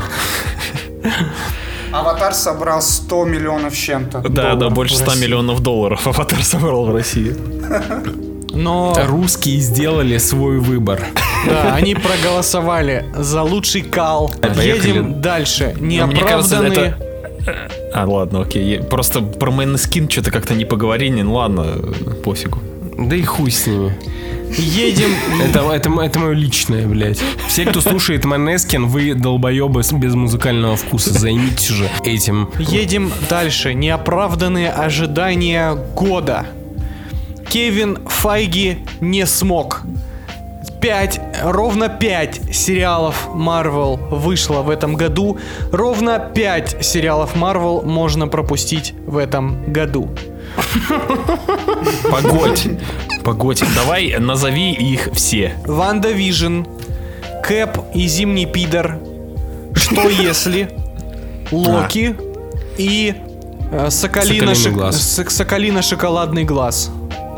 Аватар собрал сто миллионов с чем-то. Да, да, долларов больше в ста России. миллионов долларов «Аватар» собрал в России. Но Русские сделали свой выбор. да, они проголосовали за лучший кал. Поехали. Едем дальше. Мне кажется, Неоправданные. это, А, ладно, окей. Просто про Måneskin что-то как-то не поговорили. Ну ладно, пофигу. Да и хуй с ними. Едем. Это, это, это мое личное, блядь. Все, кто слушает Måneskin, вы долбоебы без музыкального вкуса. Займитесь уже этим. Едем дальше. Неоправданные ожидания года. Кевин Файги не смог. Пять, ровно пять сериалов Marvel вышло в этом году. Ровно пять сериалов Marvel можно пропустить в этом году. Погодь. Погодь, давай назови их все. Ванда Вижн, Кэп и Зимний Пидор, Что если, Локи и э, Соколина, Соколиный шик... глаз. С- Соколина Шоколадный глаз.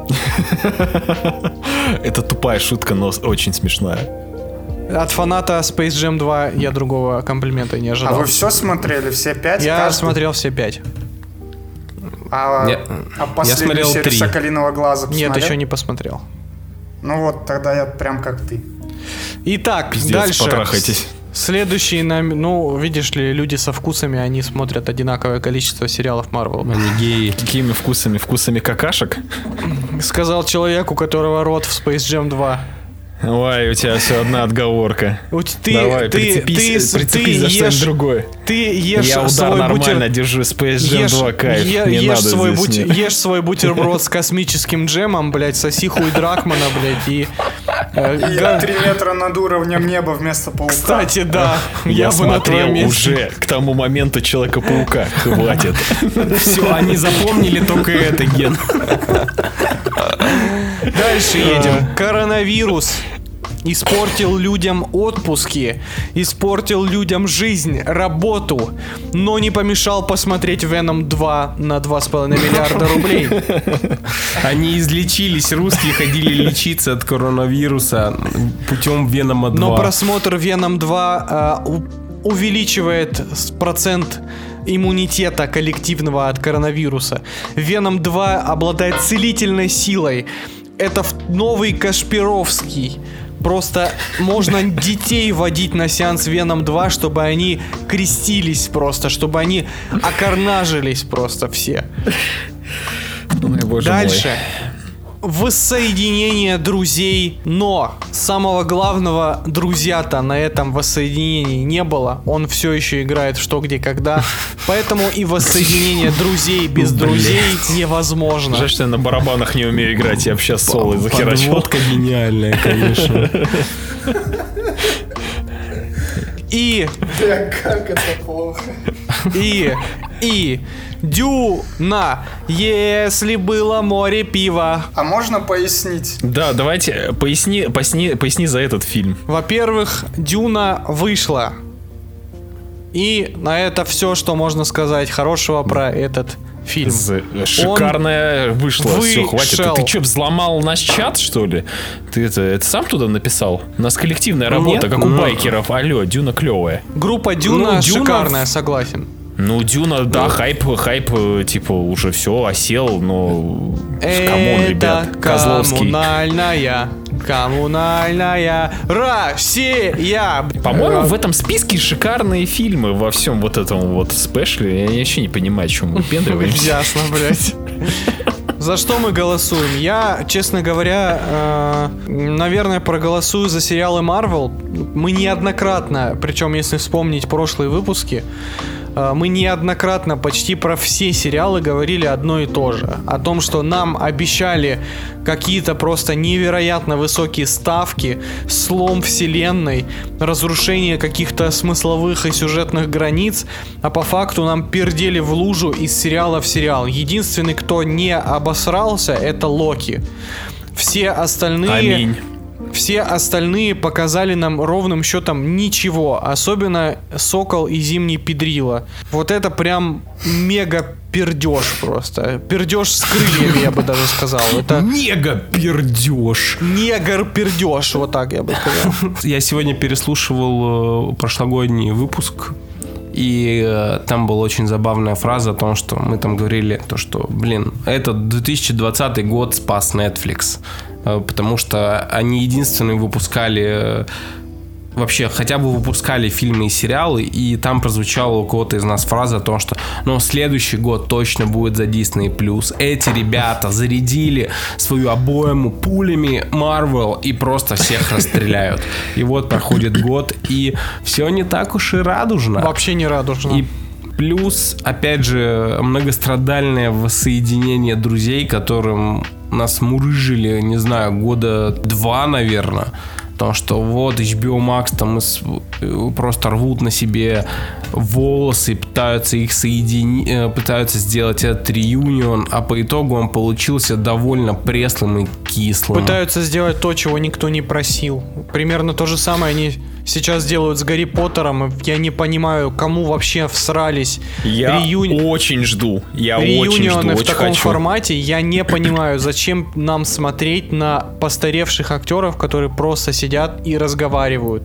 Это тупая шутка, но очень смешная. От фаната Space Jam два я другого комплимента не А ожидал. вы все смотрели? Все пять? Я Каждый? смотрел все пять. А, Я- а последнюю смотрел серию три. Соколиного глаза посмотрел? Нет, еще не посмотрел. Ну вот, тогда я прям как ты. Итак, Пиздец, дальше. потрахайтесь. Следующие нам, ну, видишь ли, люди со вкусами, они смотрят одинаковое количество сериалов Marvel. Они геи. Какими вкусами? Вкусами какашек? Сказал человек, у которого рот в Space Jam два. Ой, у тебя все одна отговорка. У т- ты, Давай, ты, прицепись, ты, прицепись ты за ешь, что-нибудь другое. ты ешь Я удар свой нормально бутер... держу, Space Jam Ешь, два, кайф. е- Не ешь, надо свой здесь, бутер- нет. ешь свой бутерброд с космическим джемом, блядь, соси хуй Дракмана, блядь, и... э, И га- я три метра над уровнем неба вместо паука. Кстати, да, Я, я, бы на твоем смотрел месте. уже к тому моменту Человека-паука. Хватит. Все, они запомнили только это, Ген. Дальше едем. Коронавирус испортил людям отпуски, испортил людям жизнь, работу, но не помешал посмотреть Веном два на два с половиной миллиарда рублей. Они излечились, русские ходили лечиться от коронавируса путем Венома два. Но просмотр Веном два э, у- увеличивает с- процент иммунитета коллективного от коронавируса. Веном два обладает целительной силой. Это в- новый Кашпировский. Просто можно детей водить на сеанс Веном два, чтобы они крестились просто, чтобы они окорнажились просто все. Ой, боже Дальше. мой. Воссоединение друзей, но самого главного друзья-то на этом воссоединении не было. Он все еще играет в что, где, когда. Поэтому и воссоединение друзей без друзей невозможно. Жаль, что я на барабанах не умею играть, я бы сейчас соло захерачил. Подводка гениальная, конечно. И, Бля, как это плохо. и, и, Дюна, если было море пива. А можно пояснить? Да, давайте поясни, поясни, поясни за этот фильм. Во-первых, Дюна вышла. И на это все, что можно сказать хорошего про этот фильм. З- Шикарная вышла. Все, хватит. Ты, вышел. ты что, взломал наш чат, что ли? Ты это, это сам туда написал? У нас коллективная работа, Нет, как у ну- байкеров. Алло, Дюна клевая. Группа Дюна Ну, Дюна шикарная, в- согласен. Ну, Дюна, да, хайп, хайп, э, типа, уже все, осел, но... Камон, ребят, Это Козловский. коммунальная, коммунальная Россия. По-моему, в этом списке шикарные фильмы во всем вот этом вот спешле. Я вообще не понимаю, о чем мы пендриваемся. Ясно, блядь. За что мы голосуем? Я, честно говоря, э, наверное, проголосую за сериалы Marvel. Мы неоднократно, причем если вспомнить прошлые выпуски, э, мы неоднократно почти про все сериалы говорили одно и то же. О том, что нам обещали какие-то просто невероятно высокие ставки, слом вселенной, разрушение каких-то смысловых и сюжетных границ, а по факту нам пердели в лужу из сериала в сериал. Единственный, кто не обосрался, это Локи. Все остальные... Аминь. Все остальные показали нам ровным счетом ничего. Особенно Сокол и Зимний Педрила. Вот это прям мега пердеж просто. Пердеж с крыльями, я бы даже сказал. Это Мега пердеж. негр пердеж, вот так я бы сказал. Я сегодня переслушивал э, прошлогодний выпуск, и э, там была очень забавная фраза о том, что мы там говорили, то, что, блин, этот две тысячи двадцатый год спас Netflix, э, потому что они единственные выпускали э, вообще хотя бы выпускали фильмы и сериалы, и там прозвучала у кого-то из нас фраза о том, что ну, следующий год точно будет за Disney+. Эти ребята зарядили свою обойму пулями Marvel и просто всех расстреляют. И вот проходит год, и все не так уж и радужно. Вообще не радужно. И плюс, опять же, многострадальное воссоединение друзей, которым нас мурыжили, не знаю, года два, наверное. Потому что вот эйч би о Max там просто рвут на себе волосы, пытаются их соединить, пытаются сделать этот реюнион, а по итогу он получился довольно преслым и кислым. Пытаются сделать то, чего никто не просил. Примерно то же самое они сейчас делают с Гарри Поттером. Я не понимаю, кому вообще всрались. Я Реюни... очень жду. Я очень жду, в очень таком хочу. формате. Я не понимаю, зачем нам смотреть на постаревших актеров, которые просто сидят и разговаривают.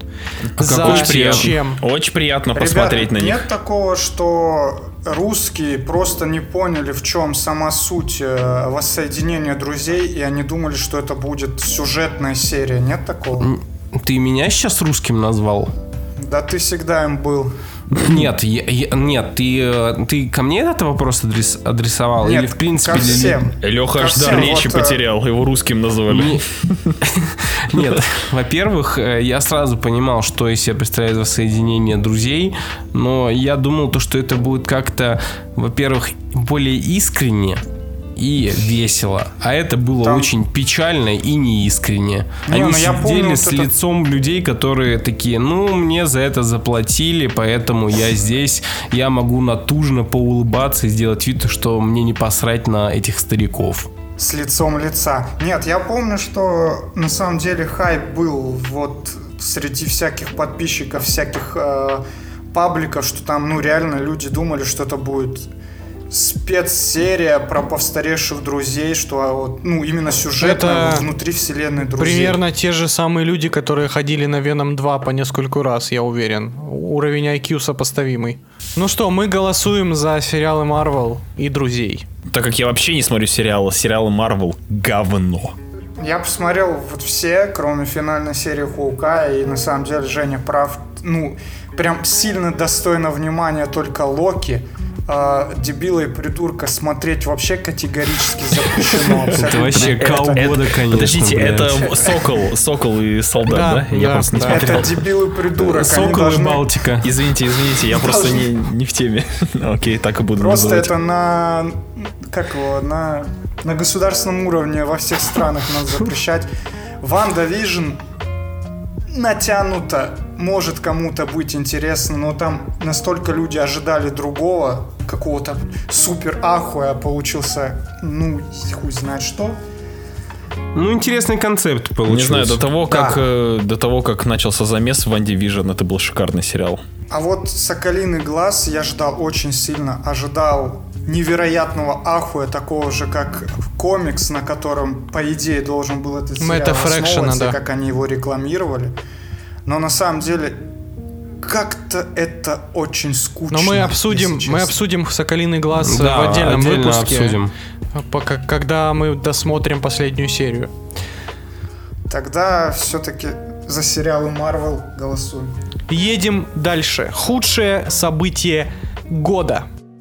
Зачем? Очень приятно Ребята, посмотреть на них. Нет такого, что русские просто не поняли, в чем сама суть воссоединения друзей, и они думали, что это будет сюжетная серия. Нет такого? Ты меня сейчас русским назвал? Да ты всегда им был. Нет, я, я, нет, ты, ты ко мне этот вопрос адрес, адресовал? Нет, или в принципе ко всем. для... Леха ко аж дар всем, речи вот, потерял, его русским назвали. Нет, во-первых, я сразу понимал, что из себя представляет воссоединение друзей, но я думал, то, что это будет как-то, во-первых, более искренне и весело. А это было Там... очень печально и неискренне. Не, Они ну, сидели помню, с вот это... лицом людей, которые такие, ну, мне за это заплатили, поэтому я здесь, я могу натужно поулыбаться и сделать вид, что мне не посрать на этих стариков. С лицом лица. Нет, я помню, что на самом деле хайп был вот среди всяких подписчиков, всяких э, пабликов, что там, ну, реально люди думали, что это будет спецсерия про повстаревших друзей, что вот, ну, именно сюжетно это внутри вселенной друзей. Примерно те же самые люди, которые ходили на Venom два по нескольку раз, я уверен. Уровень ай кью сопоставимый. Ну что, мы голосуем за сериалы Marvel и друзей. Так как я вообще не смотрю сериалы, сериалы Marvel говно. Я посмотрел вот все, кроме финальной серии Хоукая, и на самом деле Женя прав. Ну, прям сильно достойно внимания только Локи. Uh, дебила и придурка смотреть вообще категорически запрещено. Это вообще кал года, конечно. Подождите, это Сокол, Сокол и Солдат, да? Я просто не смотрел. Это дебил и придурок. Сокол и Балтика. Извините, извините, я просто не в теме. Окей, так и буду называть. Просто это на... Как его? На на государственном уровне во всех странах надо запрещать. WandaVision натянуто, может кому-то быть интересно, но там настолько люди ожидали другого, какого-то супер ахуя, получился, ну, хуй знает что. Ну, интересный концепт получился. Не знаю, до того, да. как, э, до того, как начался замес в WandaVision, это был шикарный сериал. А вот «Соколиный глаз» я ждал очень сильно, ожидал невероятного ахуя, такого же, как комикс, на котором, по идее, должен был этот сериал основываться, да. Как они его рекламировали. Но на самом деле как-то это очень скучно. Но мы обсудим, мы обсудим «Соколиный глаз» да, в отдельном отдельно выпуске, обсудим. Пока, когда мы досмотрим последнюю серию. Тогда все-таки за сериалы Marvel голосуем. Едем дальше. Худшее событие года.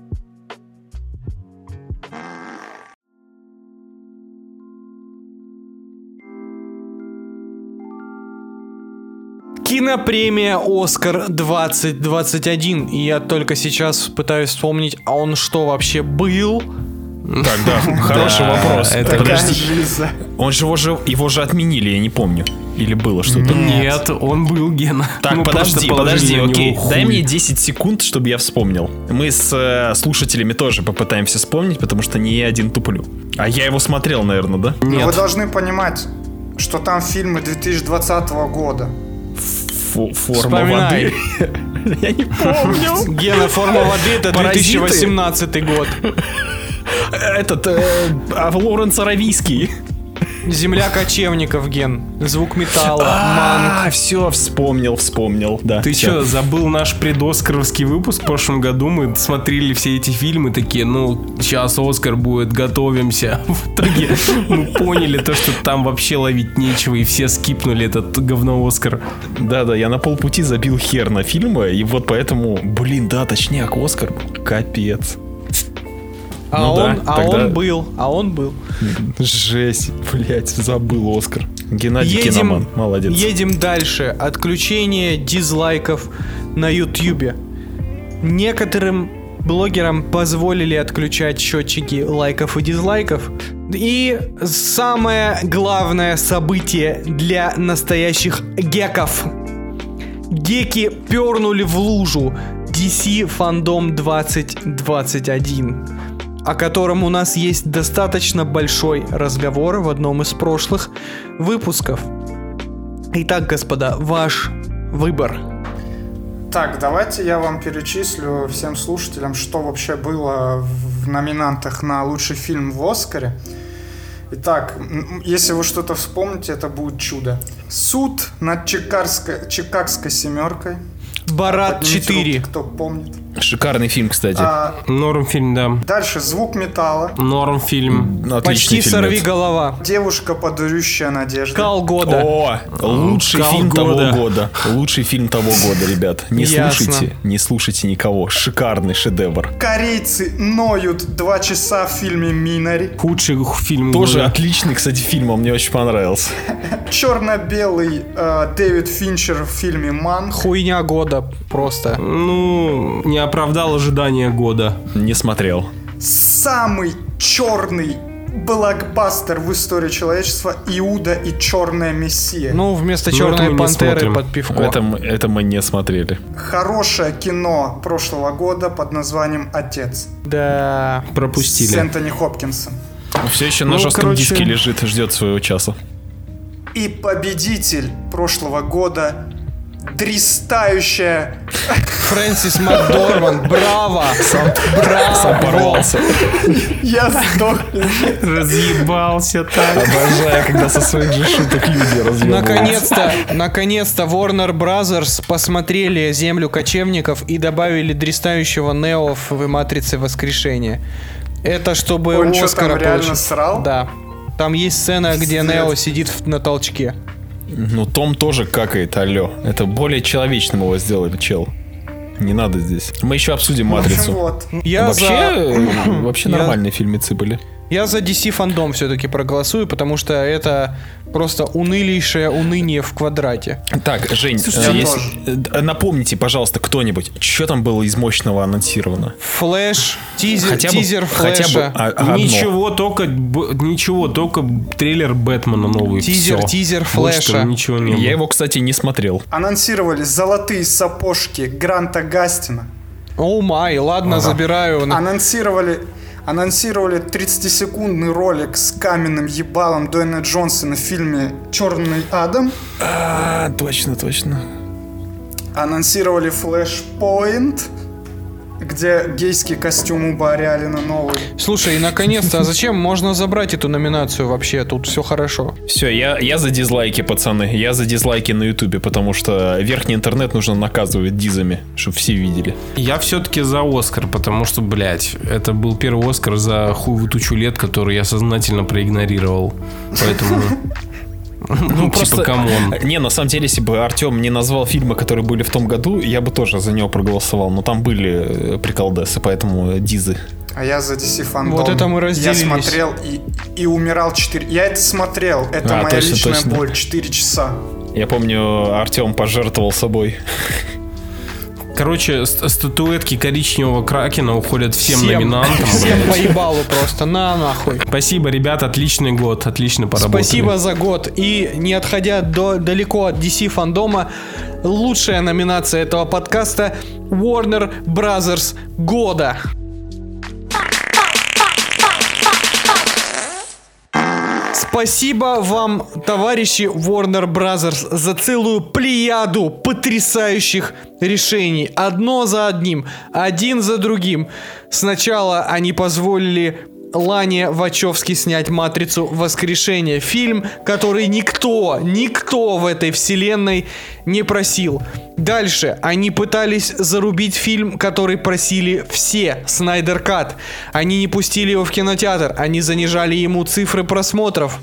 Кинопремия «Оскар двадцать двадцать один». И я только сейчас пытаюсь вспомнить, а он что, вообще был? Так, да, хороший вопрос. Это подожди. Он же его, же его же отменили, я не помню. Или было что-то? Нет, он был, Гена. Так, Мы подожди, просто подожди, положили на окей. него хуй. Дай мне десять секунд, чтобы я вспомнил. Мы с э, слушателями тоже попытаемся вспомнить, потому что не я один туплю. А я его смотрел, наверное, да? Но Нет. вы должны понимать, что там фильмы две тысячи двадцатого года. Фу- форма Вспоминай. воды. Я не помню. Гена, «Форма воды» — это две тысячи восемнадцатый год. Этот, э, а Лоуренс Аравийский. Земля кочевников, Ген. Звук металла, А, все, вспомнил, вспомнил. Да. Ты всё. что, забыл наш предоскаровский выпуск в прошлом году? Мы смотрели все эти фильмы, такие, ну, сейчас Оскар будет, готовимся. В итоге мы поняли то, что там вообще ловить нечего, и все скипнули этот говно Оскар. Да-да, я на полпути забил хер на фильмы, и вот поэтому, блин, да, точняк, Оскар, капец. А, Ну он, да, а тогда- он был, а он был. Жесть, блять, забыл Оскар. Геннадий Едем- Киноман, молодец. Едем дальше. Отключение дизлайков на Ютьюбе. Некоторым блогерам позволили отключать счетчики лайков и дизлайков. И самое главное событие для настоящих геков. Геки пернули в лужу ди си Fandom двадцать двадцать один, о котором у нас есть достаточно большой разговор в одном из прошлых выпусков. Итак, господа, ваш выбор. Так, давайте я вам перечислю всем слушателям, что вообще было в номинантах на лучший фильм в Оскаре. Итак, м, если вы что-то вспомните, это будет чудо. Суд над Чикагской, Чикагской семеркой. Барат Поднимите четыре. руки, кто помнит. Шикарный фильм, кстати. А, Норм фильм, да. дальше «Звук металла». Норм фильм. Отличный Почти фильмец. сорви голова. «Девушка, подарющая надежду». Кал года. О, лучший Кал фильм года. того года. Лучший фильм того года, ребят. Не Ясно. слушайте, не слушайте никого. Шикарный шедевр. «Корейцы ноют два часа» в фильме «Минари». Худший фильм Тоже года. отличный, кстати, фильм, он мне очень понравился. Черно-белый э, Дэвид Финчер в фильме «Манк». Хуйня года просто. Ну, не оправдал ожидания года. Не смотрел. Самый черный блокбастер в истории человечества «Иуда и черная мессия». Ну, вместо Ну, черной это мы не пантеры смотрим. под пивко. Это, м- это мы не смотрели. Хорошее кино прошлого года под названием «Отец» Да. с Пропустили. Энтони Хопкинсом. Все еще на Ну, жестком короче- диске лежит и ждет своего часа. И победитель прошлого года дрестающая Фрэнсис Макдорманд, браво! Браво! Порвался. «Я сдох». Разъебался так. Обожаю, когда со своих же шуток люди разъебываются. Наконец-то, наконец-то Warner Brothers посмотрели «Землю кочевников» и добавили дрестающего Нео в «Матрице воскрешения». Это чтобы Он чё, Оскара там реально получил. срал? Да. Там есть сцена, где Пиздец. Нео сидит в- на толчке. Ну, Том тоже какает, алло. Это более человечным его сделали, чел. Не надо здесь. Мы еще обсудим В общем, «Матрицу». вот. Я вообще, за... э, вообще Я- нормальные фильмецы были. Я за ди си Fandom все-таки проголосую, потому что это просто унылейшее уныние в квадрате. Так, Жень, Слушайте, э, я если- э, напомните, пожалуйста, кто-нибудь, что там было из мощного анонсировано? Флэш, тизер, Хотя бы- тизер хотя бы, Флэша. а- одно. Ничего, только б- ничего, только трейлер Бэтмена новый. Тизер, всё. тизер Больше Флэша. там ничего не Я было. его, кстати, не смотрел. Анонсировали «Золотые сапожки» Гранта Гастина. Оу май, ладно, забираю. на- Анонсировали, анонсировали тридцатисекундный ролик с каменным ебалом Дуэйна Джонсона в фильме «Черный Адам». А, точно, точно. Анонсировали Flashpoint, где гейский костюм у Барри Аллена новый. Слушай, и наконец-то, а зачем можно забрать эту номинацию вообще? Тут все хорошо. Все, я, я за дизлайки, пацаны. Я за дизлайки на ютубе, потому что верхний интернет нужно наказывать дизами, чтобы все видели. Я все-таки за Оскар, потому что, блядь, это был первый Оскар за хуевую тучу лет, который я сознательно проигнорировал. Поэтому... Ну, типа, камон. Не, на самом деле, если бы Артем не назвал фильмы, которые были в том году, я бы тоже за него проголосовал. Но там были э, приколдесы, поэтому дизы. А я за ди си Fandom. Вот это мы разделились. Я смотрел и, и умирал четыре... Я это смотрел. Это А, моя точно, личная точно. боль. четыре часа. Я помню, Артем пожертвовал собой. Короче, ст- статуэтки коричневого кракена уходят всем, Всем. номинантам. Всем блядь. поебалу просто, на нахуй. Спасибо, ребят, отличный год, отлично поработали. Спасибо за год. И не отходя до, далеко от ди си Фандома, лучшая номинация этого подкаста Warner Brothers года. Спасибо вам, товарищи Warner Brothers, за целую плеяду потрясающих решений. Одно за одним, один за другим. Сначала они позволили Лане Вачовски снять «Матрицу. Воскрешение». Фильм, который никто, никто в этой вселенной не просил. Дальше. Они пытались зарубить фильм, который просили все. «Снайдер Кат». Они не пустили его в кинотеатр. Они занижали ему цифры просмотров.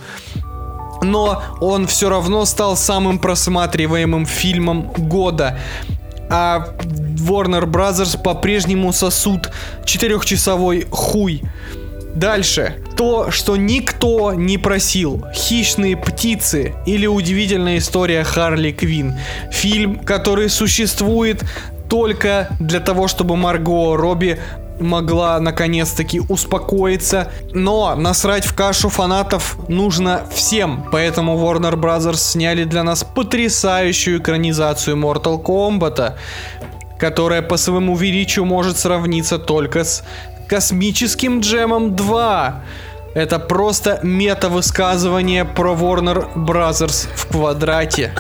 Но он все равно стал самым просматриваемым фильмом года. А Warner Brothers по-прежнему сосут четырехчасовой хуй. Дальше. То, что никто не просил. «Хищные птицы» или «Удивительная история Харли Квинн». Фильм, который существует только для того, чтобы Марго Робби могла наконец-таки успокоиться. Но насрать в кашу фанатов нужно всем. Поэтому Warner Brothers сняли для нас потрясающую экранизацию Mortal Kombat, которая по своему величию может сравниться только с «Космическим Джемом два». Это просто мета-высказывание про Warner Brothers в квадрате.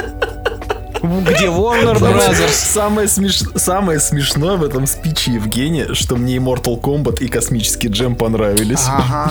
Где Warner Brothers. Самое, смеш... Самое смешное в этом спиче Евгения, что мне и Mortal Kombat, и Космический Джем понравились. Ага.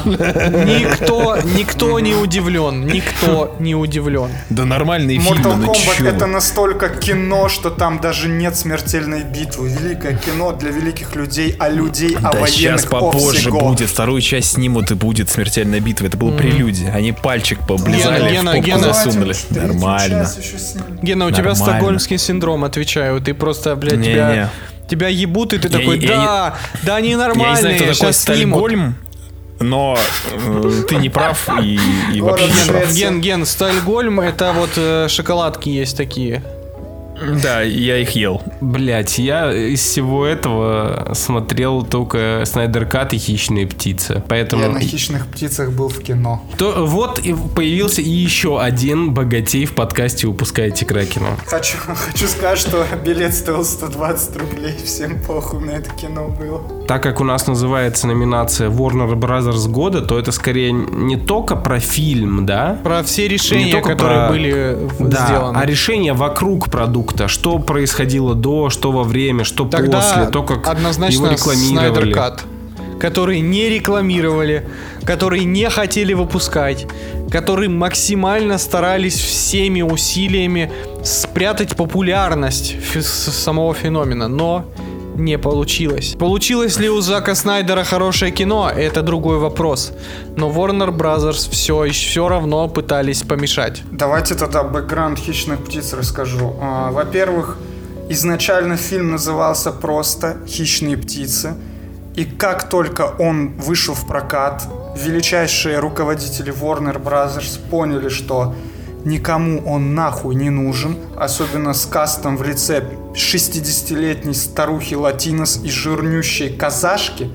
Никто, никто не удивлен. Никто не удивлен. Да нормальные фильмы, Mortal ну Kombat чё это вы? настолько кино, что там даже нет смертельной битвы. Великое кино для великих людей, а людей, о Да военных сейчас о попозже всего. будет, вторую часть снимут и будет смертельная битва. Это было прелюдия. Они пальчик поблизали, Гена, в попу Гена, засунули. Давайте Нормально. час еще снимем. Гена, у тебя Нормально. стокгольмский синдром, отвечаю. Ты просто, блядь, Не-не. тебя... Тебя ебут, и ты Я- такой, я- да, да они Я не нормальные, знаю, кто такой сейчас снимут. Стальгольм, но э, ты не прав и, и Город вообще не прав. Швеция. Ген, Ген, Стальгольм, это вот э, шоколадки есть такие. Да, я их ел. Блять, я из всего этого смотрел только Снайдер Кат и «Хищные птицы». Поэтому... Я на «Хищных птицах» был в кино. То, вот и появился и еще один богатей в подкасте «Выпускайте Кракена». Хочу, хочу сказать, что билет стоил сто двадцать рублей. Всем похуй на это кино было. Так как у нас называется номинация Warner Brothers года, то это скорее не только про фильм, да? Про все Не решения, только которые про- были Да, сделаны. а решение вокруг продукта. Что происходило до, что во время, что Тогда после, то, как его однозначно рекламировали. Снайдер Кат, который не рекламировали, который не хотели выпускать, которые максимально старались всеми усилиями спрятать популярность фи- с- самого феномена, но не получилось. Получилось ли у Зака Снайдера хорошее кино? Это другой вопрос. Но Warner Brothers все, еще- все равно пытались помешать. Давайте тогда бэкграунд «Хищных птиц» расскажу. А, Во-первых, изначально фильм назывался просто «Хищные птицы». И как только он вышел в прокат, величайшие руководители Warner Brothers поняли, что никому он нахуй не нужен, особенно с кастом в лице шестидесятилетней старухи латинос и жирнющей казашки.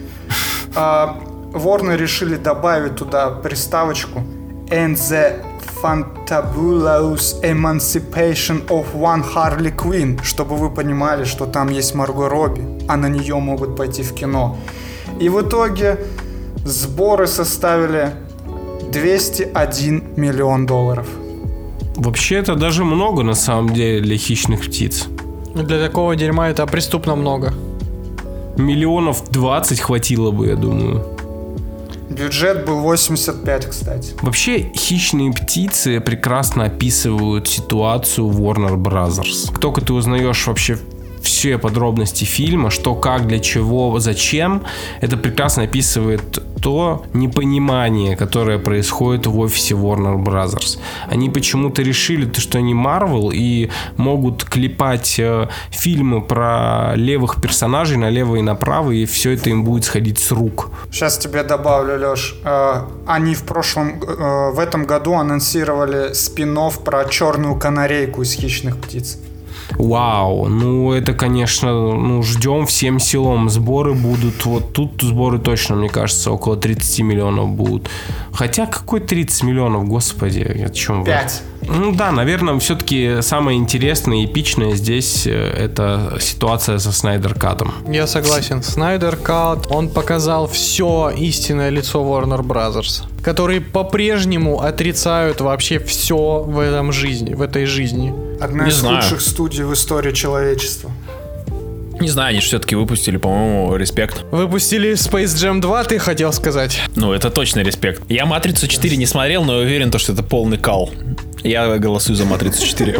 А, Warner решили добавить туда приставочку «And the fantabulous emancipation of one Harley Quinn», чтобы вы понимали, что там есть Марго Робби, а на нее могут пойти в кино. И в итоге сборы составили двести один миллион долларов. Вообще это даже много на самом деле для «Хищных птиц». Для такого дерьма это преступно много. Миллионов двадцать хватило бы, я думаю. Бюджет был восемьдесят пять, кстати. Вообще, «Хищные птицы» прекрасно описывают ситуацию Warner Brothers. Как только ты узнаешь вообще все подробности фильма, что, как, для чего, зачем, это прекрасно описывает то непонимание, которое происходит в офисе Warner Brothers. Они почему-то решили, что они Marvel и могут клепать э, фильмы про левых персонажей налево и направо, и все это им будет сходить с рук. Сейчас тебе добавлю, Леш. Э, они в прошлом, э, в этом году анонсировали спин-офф про черную канарейку из «Хищных птиц». Вау, ну это, конечно, ну ждем всем силом. Сборы будут, вот тут сборы точно, мне кажется, около тридцать миллионов будут. Хотя какой тридцать миллионов, господи, о чем вы? Пять. Ну да, наверное, все-таки самое интересное и эпичное здесь это ситуация со Снайдер Катом. Я согласен. Снайдер Кат, он показал все истинное лицо Warner Brothers, которые по-прежнему отрицают вообще все в этом жизни, в этой жизни. Одна Не из знаю. лучших студий в истории человечества. Не знаю, они же все-таки выпустили, по-моему, респект. Выпустили Space Jam два, ты хотел сказать? Ну, это точно респект. Я «Матрицу четыре» не смотрел, но уверен, что это полный кал. Я голосую за «Матрицу четыре».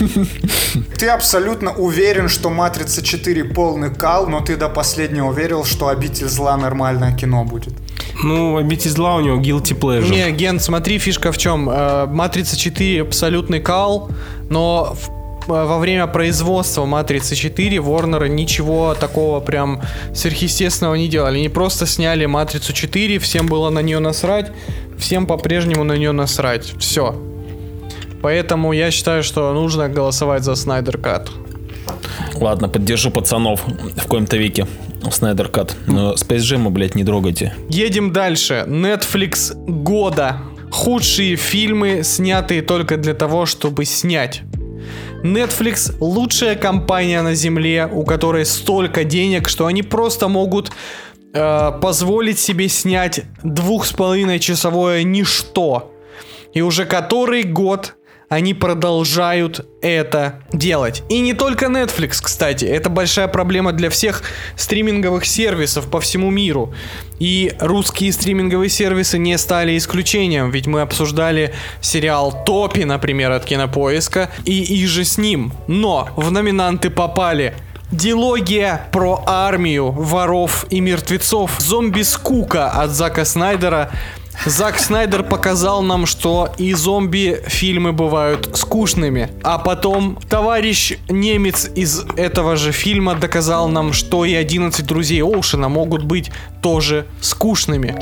Ты абсолютно уверен, что «Матрица четыре» полный кал, но ты до последнего верил, что «Обитель зла» нормальное кино будет. Ну, «Обитель зла» у него guilty pleasure. Не, Ген, смотри, фишка в чем. «Матрица четыре» абсолютный кал, но во время производства «Матрицы четыре» Warner ничего такого прям сверхъестественного не делали. Они просто сняли «Матрицу четыре», всем было на нее насрать, всем по-прежнему на нее насрать. Все. Поэтому я считаю, что нужно голосовать за Снайдер Кат. Ладно, поддержу пацанов в коем-то веке. Снайдер Кат. Но Space Jam, блядь, не трогайте. Едем дальше. Netflix года. Худшие фильмы, снятые только для того, чтобы снять. Netflix — лучшая компания на земле, у которой столько денег, что они просто могут э, позволить себе снять двух с половиной часовое ничто. И уже который год они продолжают это делать. И не только Netflix, кстати. Это большая проблема для всех стриминговых сервисов по всему миру. И русские стриминговые сервисы не стали исключением. Ведь мы обсуждали сериал «Топи», например, от Кинопоиска, и их же с ним. Но в номинанты попали дилогия про армию воров и мертвецов, зомби-скука от Зака Снайдера. Зак Снайдер показал нам, что и зомби-фильмы бывают скучными. А потом товарищ немец из этого же фильма доказал нам, что и одиннадцать друзей Оушена могут быть тоже скучными.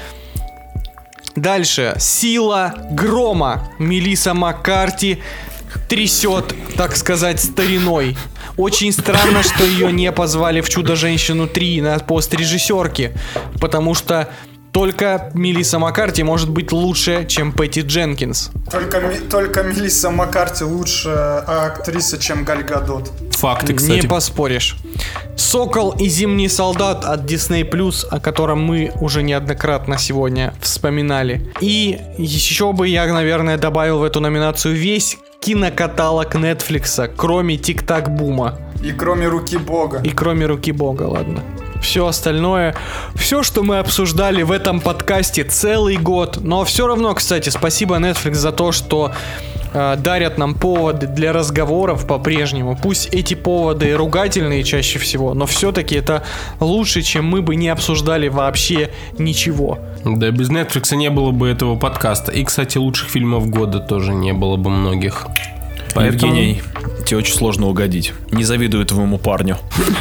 Дальше. «Сила грома». Мелисса Маккарти трясет, так сказать, стариной. Очень странно, что ее не позвали в «Чудо-женщину три» на пост режиссерки, потому что только Мелисса Маккарти может быть лучше, чем Пэтти Дженкинс. Только, только Мелисса Маккарти лучше актриса, чем Галь Гадот. Факты, кстати. Не поспоришь. «Сокол и зимний солдат» от Disney+, о котором мы уже неоднократно сегодня вспоминали. И еще бы я, наверное, добавил в эту номинацию весь кинокаталог Netflix, кроме «Тик-так-бума». И кроме «Руки Бога». И кроме «Руки Бога», ладно. Все остальное, все, что мы обсуждали в этом подкасте целый год. Но все равно, кстати, спасибо Netflix за то, что э, дарят нам поводы для разговоров по-прежнему. Пусть эти поводы ругательные чаще всего, но все-таки это лучше, чем мы бы не обсуждали вообще ничего. Да, без Netflix не было бы этого подкаста. И, кстати, лучших фильмов года тоже не было бы многих. Поэтому... Евгений, тебе очень сложно угодить. Не завидую твоему парню.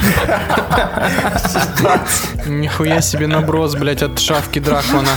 Нихуя себе наброс, блять, от шавки дракона.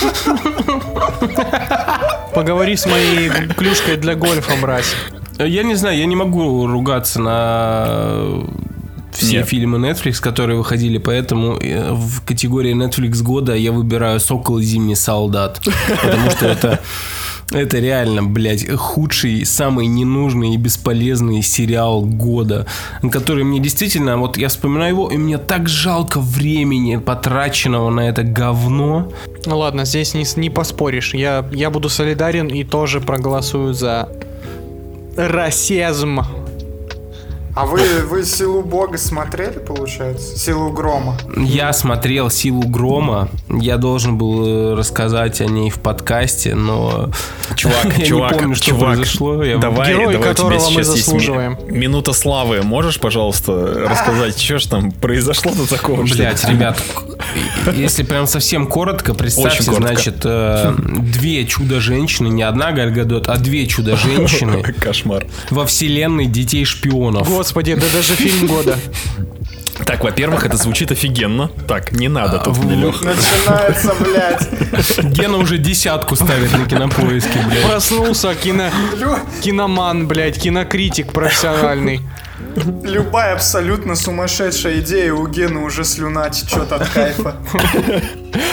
Поговори с моей клюшкой для гольфа, брась. Я не знаю, я не могу ругаться на все Нет. фильмы Netflix, которые выходили, поэтому в категории Netflix года я выбираю «Сокол и зимний солдат», потому что это... Это реально, блядь, худший, самый ненужный и бесполезный сериал года, который мне действительно, вот я вспоминаю его, и мне так жалко времени, потраченного на это говно. Ну ладно, здесь не, не поспоришь. Я, я буду солидарен и тоже проголосую за расизм. А вы, вы «Силу Бога» смотрели, получается? «Силу грома»? Я смотрел «Силу грома». Я должен был рассказать о ней в подкасте, но чувак, я чувак, не помню, что чувак, произошло. Я давай, Герой, давай, которого мы заслуживаем. Ми- минута славы. Можешь, пожалуйста, рассказать, что ж там произошло-то такого? Блять, ребят, если прям совсем коротко, представьте, коротко. значит, э, две чудо-женщины, не одна Галь Гадот, а две чудо-женщины. Кошмар. Во вселенной детей-шпионов. Господи, это даже фильм года. Так, во-первых, это звучит офигенно. Так, не надо тут, в... Лех. Начинается, блядь. Гена уже десятку ставит на Кинопоиске, блядь. Проснулся, кино... киноман, блядь, кинокритик профессиональный. Любая абсолютно сумасшедшая идея у Гены уже слюна течет от кайфа.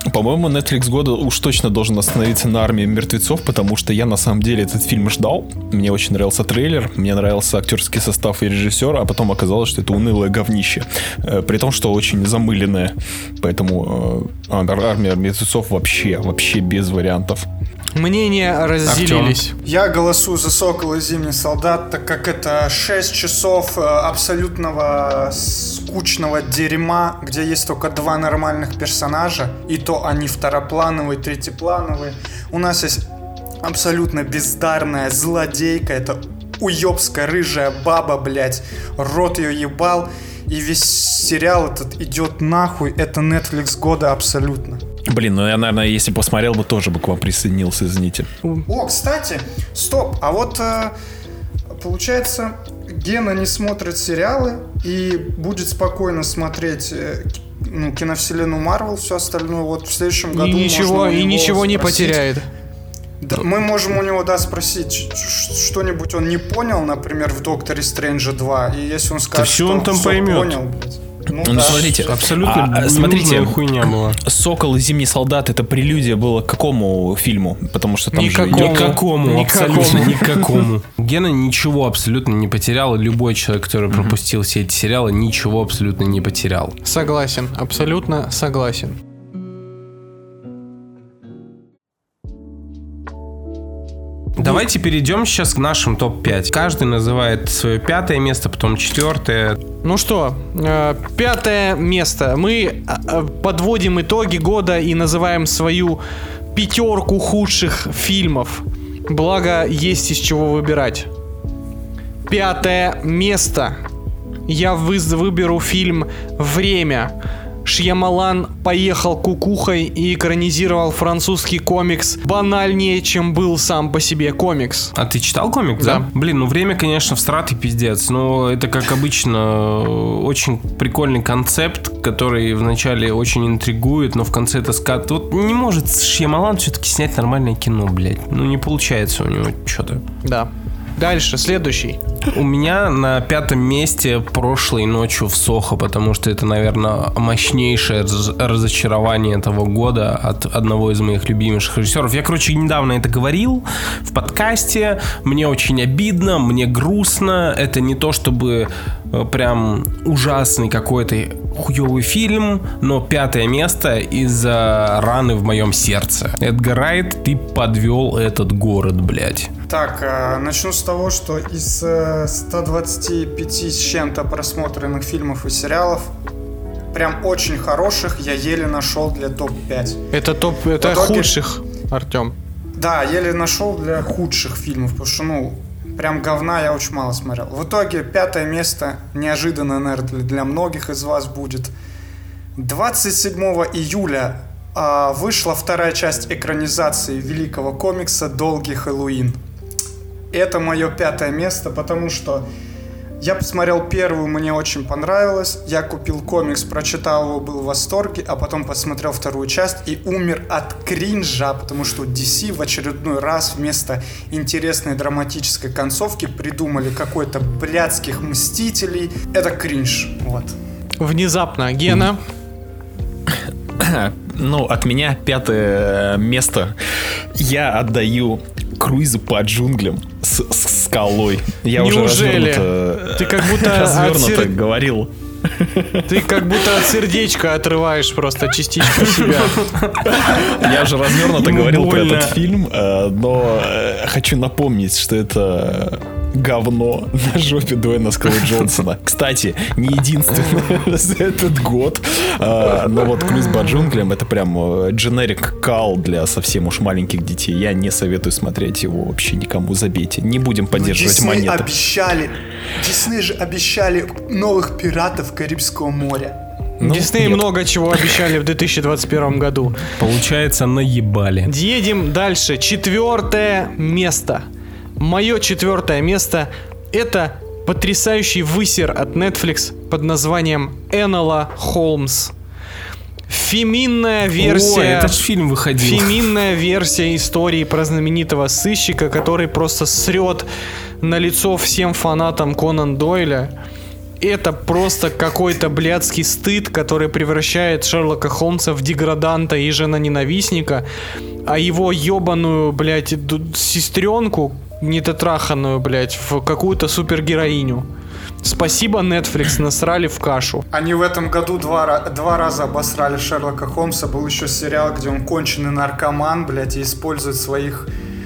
По-моему, Netflix года уж точно должен остановиться на «Армии мертвецов», потому что я на самом деле этот фильм ждал. Мне очень нравился трейлер, мне нравился актерский состав и режиссер, а потом оказалось, что это унылое говнище. При том, что очень замыленное. Поэтому «Армия мертвецов» вообще, вообще без вариантов. Мнения разделились. Артем. Я голосую за «Сокол и Зимний солдат», так как это шесть часов абсолютного скучного дерьма, где есть только два нормальных персонажа, и то они второплановые, третьеплановые. У нас есть абсолютно бездарная злодейка, это уёбская рыжая баба, блядь, рот ее ебал, и весь сериал этот идет нахуй, это Netflix года абсолютно. Блин, ну я, наверное, если посмотрел бы, тоже бы к вам присоединился, извините. О, кстати, стоп, а вот э, получается, Гена не смотрит сериалы и будет спокойно смотреть э, ну, киновселенную Марвел, все остальное. Вот в следующем году и ничего, и ничего не потеряет. Да, мы можем у него, да, спросить, что-нибудь он не понял, например, в «Докторе Стрэнджа два, и если он скажет, да что он он там все поймет. понял, блядь. Ну, ну да. смотрите, абсолютно а, смотрите, хуйня была. «Сокол и Зимний солдат» — это прелюдия была к какому фильму? Потому что там никакому, же... Никакому, никакому. абсолютно никакому. Гена ничего абсолютно не потерял. Любой человек, который пропустил все эти сериалы, ничего абсолютно не потерял. Согласен, абсолютно согласен. Давайте перейдем сейчас к нашим топ пять. Каждый называет свое пятое место, потом четвертое. Ну что, э, пятое место. Мы э, подводим итоги года и называем свою пятерку худших фильмов. Благо, есть из чего выбирать. Пятое место. Я вы- выберу фильм «Время». Шьямалан поехал кукухой и экранизировал французский комикс банальнее, чем был сам по себе комикс. А ты читал комикс, Да. да? Блин, ну «Время», конечно, всратый пиздец. Но это, как обычно, очень прикольный концепт, который вначале очень интригует, но в конце это скат. Вот не может Шьямалан все-таки снять нормальное кино, блядь. Ну не получается у него что-то. Да. Дальше, следующий. У меня на пятом месте «Прошлой ночью в Сохо», потому что это, наверное, мощнейшее раз- разочарование этого года от одного из моих любимейших режиссеров. Я, короче, недавно это говорил в подкасте. Мне очень обидно, мне грустно. Это не то, чтобы э, прям ужасный какой-то хуёвый фильм, но пятое место из-за раны в моем сердце. Эдгар Райт, ты подвел этот город, блядь. Так, э, начну с того, что из э, ста двадцати пяти с чем-то просмотренных фильмов и сериалов, прям очень хороших, я еле нашел для топ пять. Это топ, это В итоге- худших, Артем. Да, еле нашел для худших фильмов, потому что, ну, прям говна я очень мало смотрел. В итоге пятое место, неожиданно, наверное, для многих из вас будет. двадцать седьмого июля э, вышла вторая часть экранизации великого комикса «Долгий Хэллоуин». Это мое пятое место, потому что я посмотрел первую, мне очень понравилось. Я купил комикс, прочитал его, был в восторге, а потом посмотрел вторую часть и умер от кринжа, потому что ди си в очередной раз вместо интересной драматической концовки придумали какой-то блядских мстителей. Это кринж, вот. Внезапно, Гена. Ну, от меня пятое место. Я отдаю «Круизы по джунглям» с, с скалой. Я Неужели? уже развернуто, Ты как будто развернуто от сер- говорил. Ты как будто от сердечка отрываешь просто частичку себя. Я уже развернуто Ему говорил про больно. этот фильм, э, но э, хочу напомнить, что это говно на жопе Дуэйна Скалы Джонсона. Кстати, не единственное за этот год, э, но вот «Круиз по джунглям» — это прям дженерик кал для совсем уж маленьких детей. Я не советую смотреть его вообще никому, забейте. Не будем поддерживать Дисней монеты. обещали, Дисней же обещали новых пиратов Карибского моря. Ну, Дисней нет. много чего обещали в две тысячи двадцать первом году. Получается, наебали. Едем дальше. Четвертое место. Мое четвертое место — это потрясающий высер от Netflix под названием «Энола Холмс». Феминная версия... Ой, этот ж фильм выходил. Феминная версия истории про знаменитого сыщика, который просто срет на лицо всем фанатам Конан Дойля. это просто какой-то блядский стыд, который превращает Шерлока Холмса в деграданта и жена-ненавистника, а его ебаную, блядь, сестренку, недотраханную, блядь, в какую-то супергероиню. Спасибо, Netflix, насрали в кашу. Они в этом году два, два раза обосрали Шерлока Холмса. Был еще сериал, где он конченый наркоман, блядь, и использует своих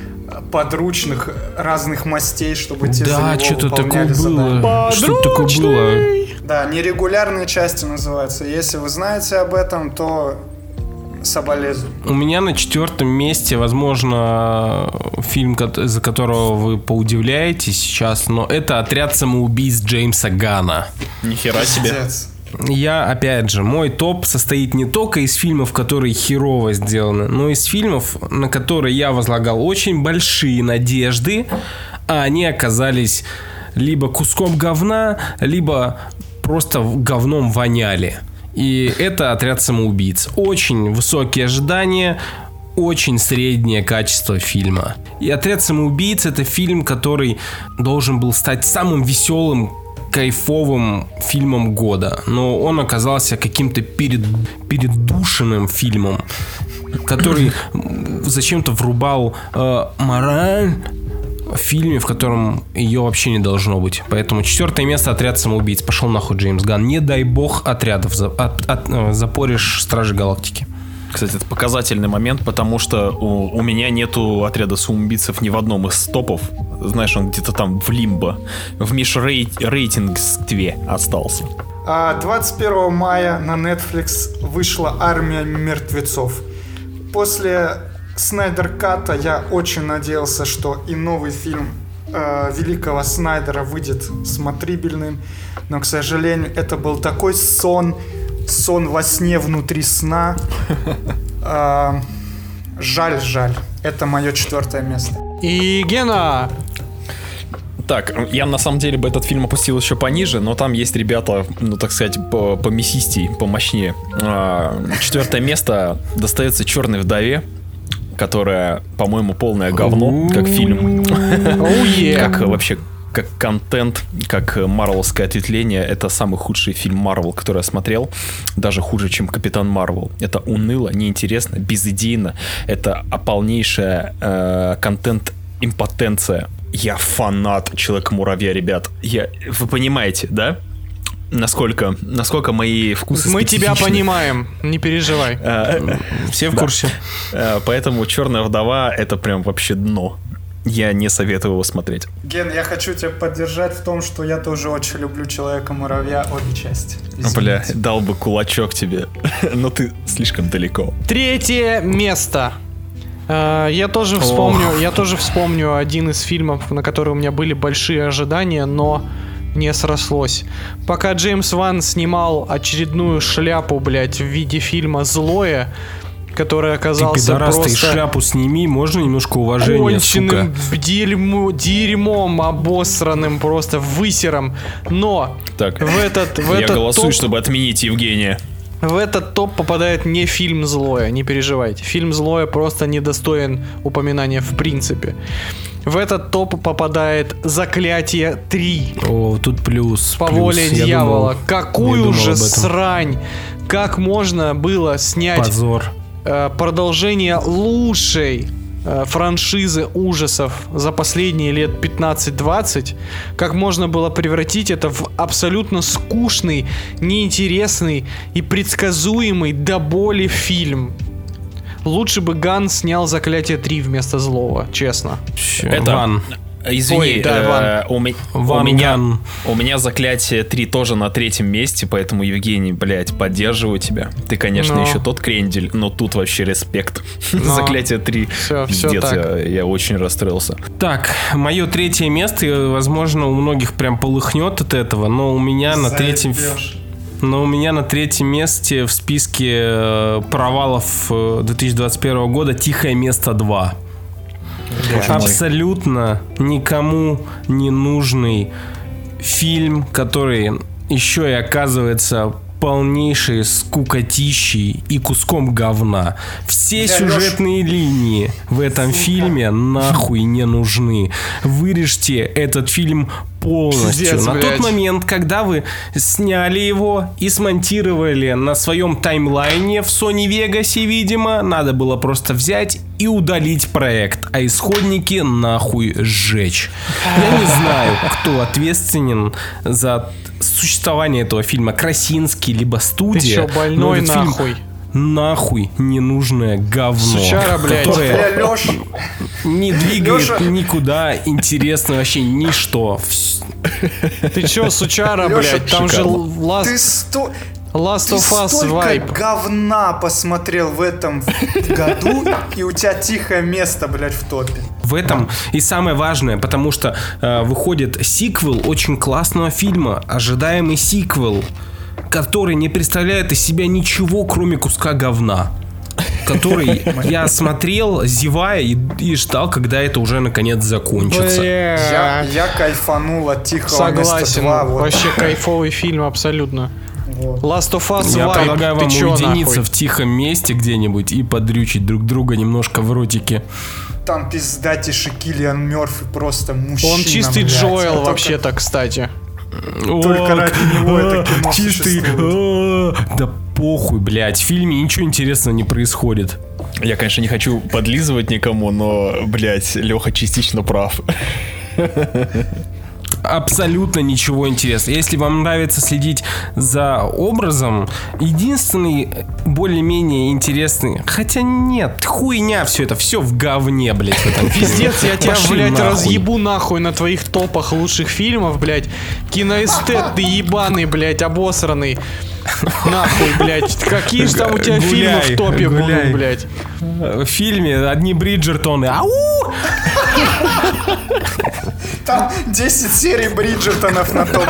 подручных разных мастей, чтобы те да, за него что-то выполняли такое задания. было. Что-то такое было. Да, нерегулярные части называются. Если вы знаете об этом, то соболезную. У меня на четвертом месте, возможно, фильм, из-за которого вы поудивляетесь сейчас, но это «Отряд самоубийц» Джеймса Ганна. Нихера себе. Пиздец. Я, опять же, мой топ состоит не только из фильмов, которые херово сделаны, но и из фильмов, на которые я возлагал очень большие надежды, а они оказались либо куском говна, либо просто говном воняли. И это «Отряд самоубийц». Очень высокие ожидания, очень среднее качество фильма. И «Отряд самоубийц» — это фильм, который должен был стать самым веселым, кайфовым фильмом года. Но он оказался каким-то перед, передушенным фильмом, который зачем-то врубал э, мораль в фильме, в котором ее вообще не должно быть. Поэтому четвертое место — «Отряд самоубийц». Пошел нахуй, Джеймс Ганн. Не дай бог отрядов. За, от, от, от, запоришь Стражи Галактики. Кстати, это показательный момент, потому что у, у меня нету «Отряда самоубийцев» ни в одном из топов. Знаешь, он где-то там в лимбо, в межрейтингстве остался. двадцать первого мая на Netflix вышла «Армия мертвецов». После Снайдер Ката я очень надеялся, что и новый фильм э, великого Снайдера выйдет смотрибельным, но, к сожалению, это был такой сон, сон во сне внутри сна. Э, жаль, жаль. Это мое четвертое место. И Гена! Так, я на самом деле бы этот фильм опустил еще пониже, но там есть ребята, ну так сказать, по, по мясистей, помощнее. А, четвертое место достается «Черной вдове», которая, по-моему, полное говно, как фильм. Как вообще, как контент, как марвелское ответвление. Это самый худший фильм Марвел, который я смотрел. Даже хуже, чем «Капитан Марвел». Это уныло, неинтересно, безыдейно. Это полнейшая э, контент-импотенция. Я фанат Человека-муравья, ребят. Я, вы понимаете, да? Насколько, насколько мои вкусы Мы специфичны. тебя понимаем, не переживай. Все в курсе. Поэтому «Черная вдова» — это прям вообще дно. Я не советую его смотреть. Ген, я хочу тебя поддержать в том, что я тоже очень люблю Человека-муравья, обе части. Извините. Бля, дал бы кулачок тебе, но ты слишком далеко. Третье место. Uh, я тоже вспомню, Ох. я тоже вспомню один из фильмов, на который у меня были большие ожидания, но не срослось. Пока Джеймс Ван снимал очередную шляпу, блять, в виде фильма «Злое», который оказался ты, пидорас, просто... ты шляпу сними, можно немножко уважения, конченным сука? Дерьмо, дерьмом обосранным, просто высером. Но так, в этот, в я этот голосую, топ... чтобы отменить Евгения. В этот топ попадает не фильм «Злое», не переживайте. Фильм «Злое» просто недостоин упоминания в принципе. В этот топ попадает «Заклятие три». О, тут плюс. По плюс. воле Я дьявола. думал, Какую же срань! Как можно было снять Позор. э, продолжение лучшей э, франшизы ужасов за последние лет пятнадцать-двадцать? Как можно было превратить это в абсолютно скучный, неинтересный и предсказуемый до боли фильм? Лучше бы Ганн снял «Заклятие три» вместо «Злого», честно. Это... Ван. Извини, Ой, да, э, у, ми- Ван у меня, Ган. у меня «Заклятие три» тоже на третьем месте, поэтому, Евгений, блядь, поддерживаю тебя. Ты, конечно, Но. еще тот крендель, но тут вообще респект. Но. «Заклятие три». Всё, всё Пиздец, так. я, я очень расстроился. Так, мое третье место, и, возможно, у многих прям полыхнет от этого, но у меня на третьем... Заебёшь. Но у меня на третьем месте в списке э, провалов э, две тысячи двадцать первого года «Тихое место два». Боже мой. Абсолютно никому не нужный фильм, который еще и оказывается полнейшей скукотищей и куском говна. Все Бля, сюжетные линии в этом Сука. фильме нахуй не нужны. Вырежьте этот фильм полностью. Пиздец, на блядь. тот момент, когда вы сняли его и смонтировали на своем таймлайне в Sony Vegas, видимо, надо было просто взять и удалить проект, а исходники нахуй сжечь. Я не знаю, кто ответственен за существование этого фильма, Красинский либо студия. Ты чё, больной но этот фильм нахуй? Нахуй ненужное говно, Сучара, блядь. которое Бля, Лёша, не двигает Лёша. никуда интересно, вообще ничто. Вс- Ты чё, сучара, Лёша, блядь? Там же шикарно. Last, ты, сто... Last ты of Us столько Vibe. говна посмотрел в этом году, и у тебя тихое место, блядь, в топе. В этом и самое важное, потому что э, выходит сиквел очень классного фильма, ожидаемый сиквел, который не представляет из себя ничего, кроме куска говна. Который я смотрел, зевая, и, и ждал, когда это уже наконец закончится. Я, Бля. я кайфанул от тихого места Согласен. два. Вот. Вообще кайфовый фильм, абсолютно. Вот. Last of Us Я Vibe. предлагаю Ты вам чё, уединиться нахуй? в тихом месте где-нибудь и подрючить друг друга немножко в ротике. Там пиздатейший Киллиан Мёрфи, просто мужчина. Он чистый блядь. Джоэл Только- вообще-то, кстати. Только ради него это кино чистый. существует. а, Да похуй, блядь. В фильме ничего интересного не происходит. Я, конечно, не хочу подлизывать никому, но, блядь, Леха частично прав. Абсолютно ничего интересного. Если вам нравится следить за образом, единственный более-менее интересный... Хотя нет, хуйня все это, все в говне, блядь, в этом фильме. Пиздец, я тебя, Пошли блядь, нахуй. разъебу нахуй на твоих топах лучших фильмов, блядь. Киноэстет ты ебаный, блядь, обосранный. Нахуй, блядь. Какие же там у тебя фильмы Гуляй, в топе гуляй. будут, блядь? В фильме одни Бриджертоны. Ау! Там десять серий Бриджертонов на топ.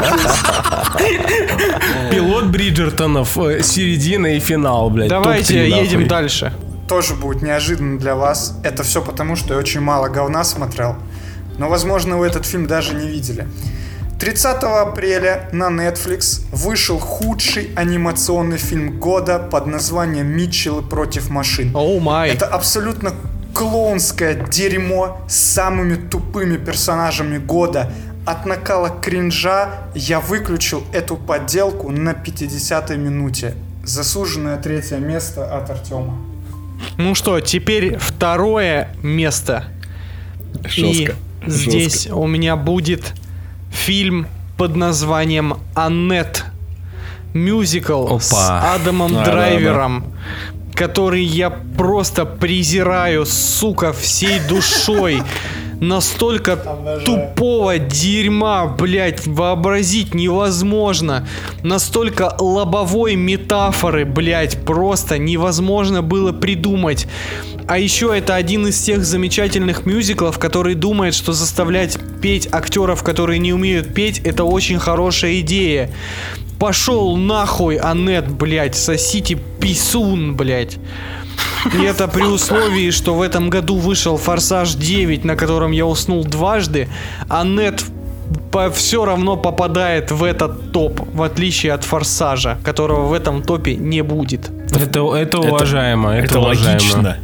Пилот Бриджертонов, э, середина и финал, блядь. Давайте топ-три, едем нахуй. дальше. Тоже будет неожиданно для вас. Это все потому, что я очень мало говна смотрел. Но, возможно, вы этот фильм даже не видели. тридцатого апреля на Netflix вышел худший анимационный фильм года под названием «Митчеллы против машин». Оу май. Это абсолютно клоунское дерьмо с самыми тупыми персонажами года. От накала кринжа я выключил эту подделку на пятидесятой минуте. Заслуженное третье место от Артема. Ну что, теперь второе место. Жестко. И здесь у меня будет фильм под названием «Аннет». Мюзикл с Опа. Адамом Да, Драйвером, который я просто презираю, сука, всей душой. Настолько Обожаю. тупого дерьма, блядь, вообразить невозможно. Настолько лобовой метафоры, блядь, просто невозможно было придумать. А еще это один из тех замечательных мюзиклов, который думает, что заставлять петь актеров, которые не умеют петь, это очень хорошая идея. Пошел нахуй, Аннет, блядь, сосите писун, блядь. И это при условии, что в этом году вышел «Форсаж девять», на котором я уснул дважды, Аннет по- все равно попадает в этот топ, в отличие от «Форсажа», которого в этом топе не будет. Это, это уважаемо, это, Это уважаемо. логично.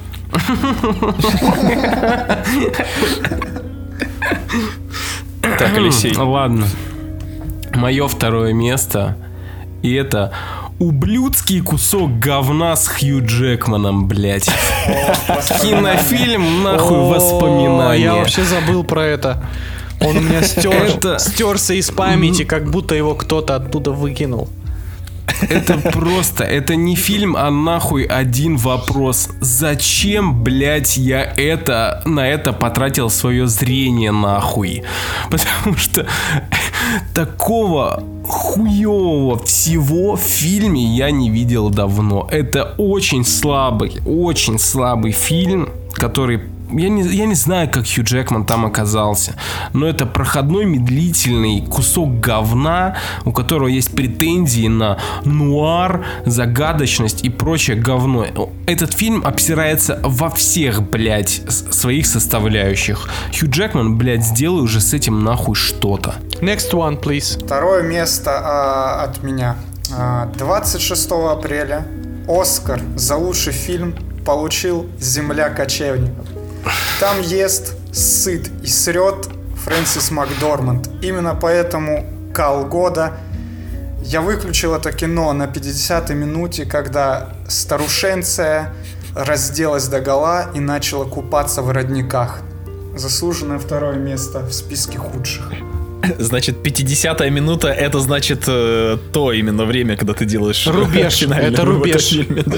Так, Алексей. Ладно. Мое второе место. И это ублюдский кусок говна с Хью Джекманом, блядь. Кинофильм, нахуй, О, воспоминания. Я вообще забыл про это. Он у меня стер, Это- стерся из памяти, как будто его кто-то оттуда выкинул. Это просто, это не фильм, а нахуй один вопрос. Зачем, блядь, я это, на это потратил свое зрение, нахуй? Потому что такого хуевого всего в фильме я не видел давно. Это очень слабый, очень слабый фильм, который... Я не, я не знаю, как Хью Джекман там оказался, но это проходной медлительный кусок говна, у которого есть претензии на нуар, загадочность и прочее говно. Этот фильм обсирается во всех, блядь, с- своих составляющих. Хью Джекман, блядь, сделай уже с этим нахуй что-то. Next one, please. Второе место а, от меня. А, двадцать шестого апреля Оскар за лучший фильм получил «Земля кочевников». Там ест, сыт и срет Фрэнсис Макдорманд. Именно поэтому кал года. Я выключил это кино на пятидесятой минуте, когда старушенция разделась догола и начала купаться в родниках. Заслуженное второе место в списке худших. Значит, пятидесятая минута — это значит э, то именно время, когда ты делаешь рубеж. Это рубеж.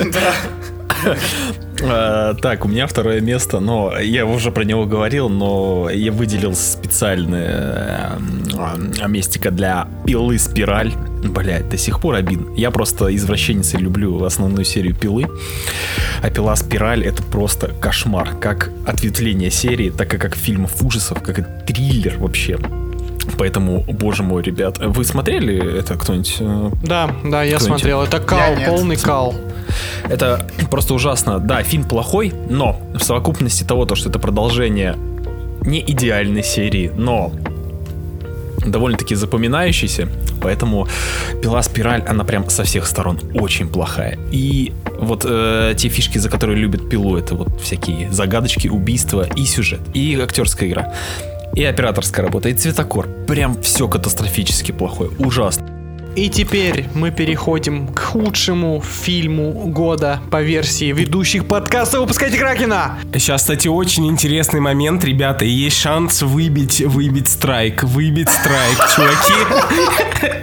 Uh, так, у меня второе место, но я уже про него говорил, но я выделил специальное uh, местико для Пилы Спираль. Блять, до сих пор обидно. Я просто извращенец и люблю основную серию Пилы. А Пила Спираль — это просто кошмар. Как ответвление серии, так и как фильмов ужасов, как и триллер вообще. Поэтому, боже мой, ребят, вы смотрели это кто-нибудь? Да, да, я смотрел. Это кал, полный кал. Это просто ужасно. Да, фильм плохой, но в совокупности того, то, что это продолжение не идеальной серии, но довольно-таки запоминающейся. Поэтому Пила Спираль, она прям со всех сторон очень плохая. И вот э, те фишки, за которые любят Пилу, это вот всякие загадочки, убийства и сюжет, и актерская игра, и операторская работа, и цветокор. Прям все катастрофически плохое, ужасно. И теперь мы переходим к худшему фильму года по версии ведущих подкаста «Выпускайте Кракена». Сейчас, кстати, очень интересный момент, ребята. Есть шанс выбить, выбить страйк. Выбить страйк, чуваки.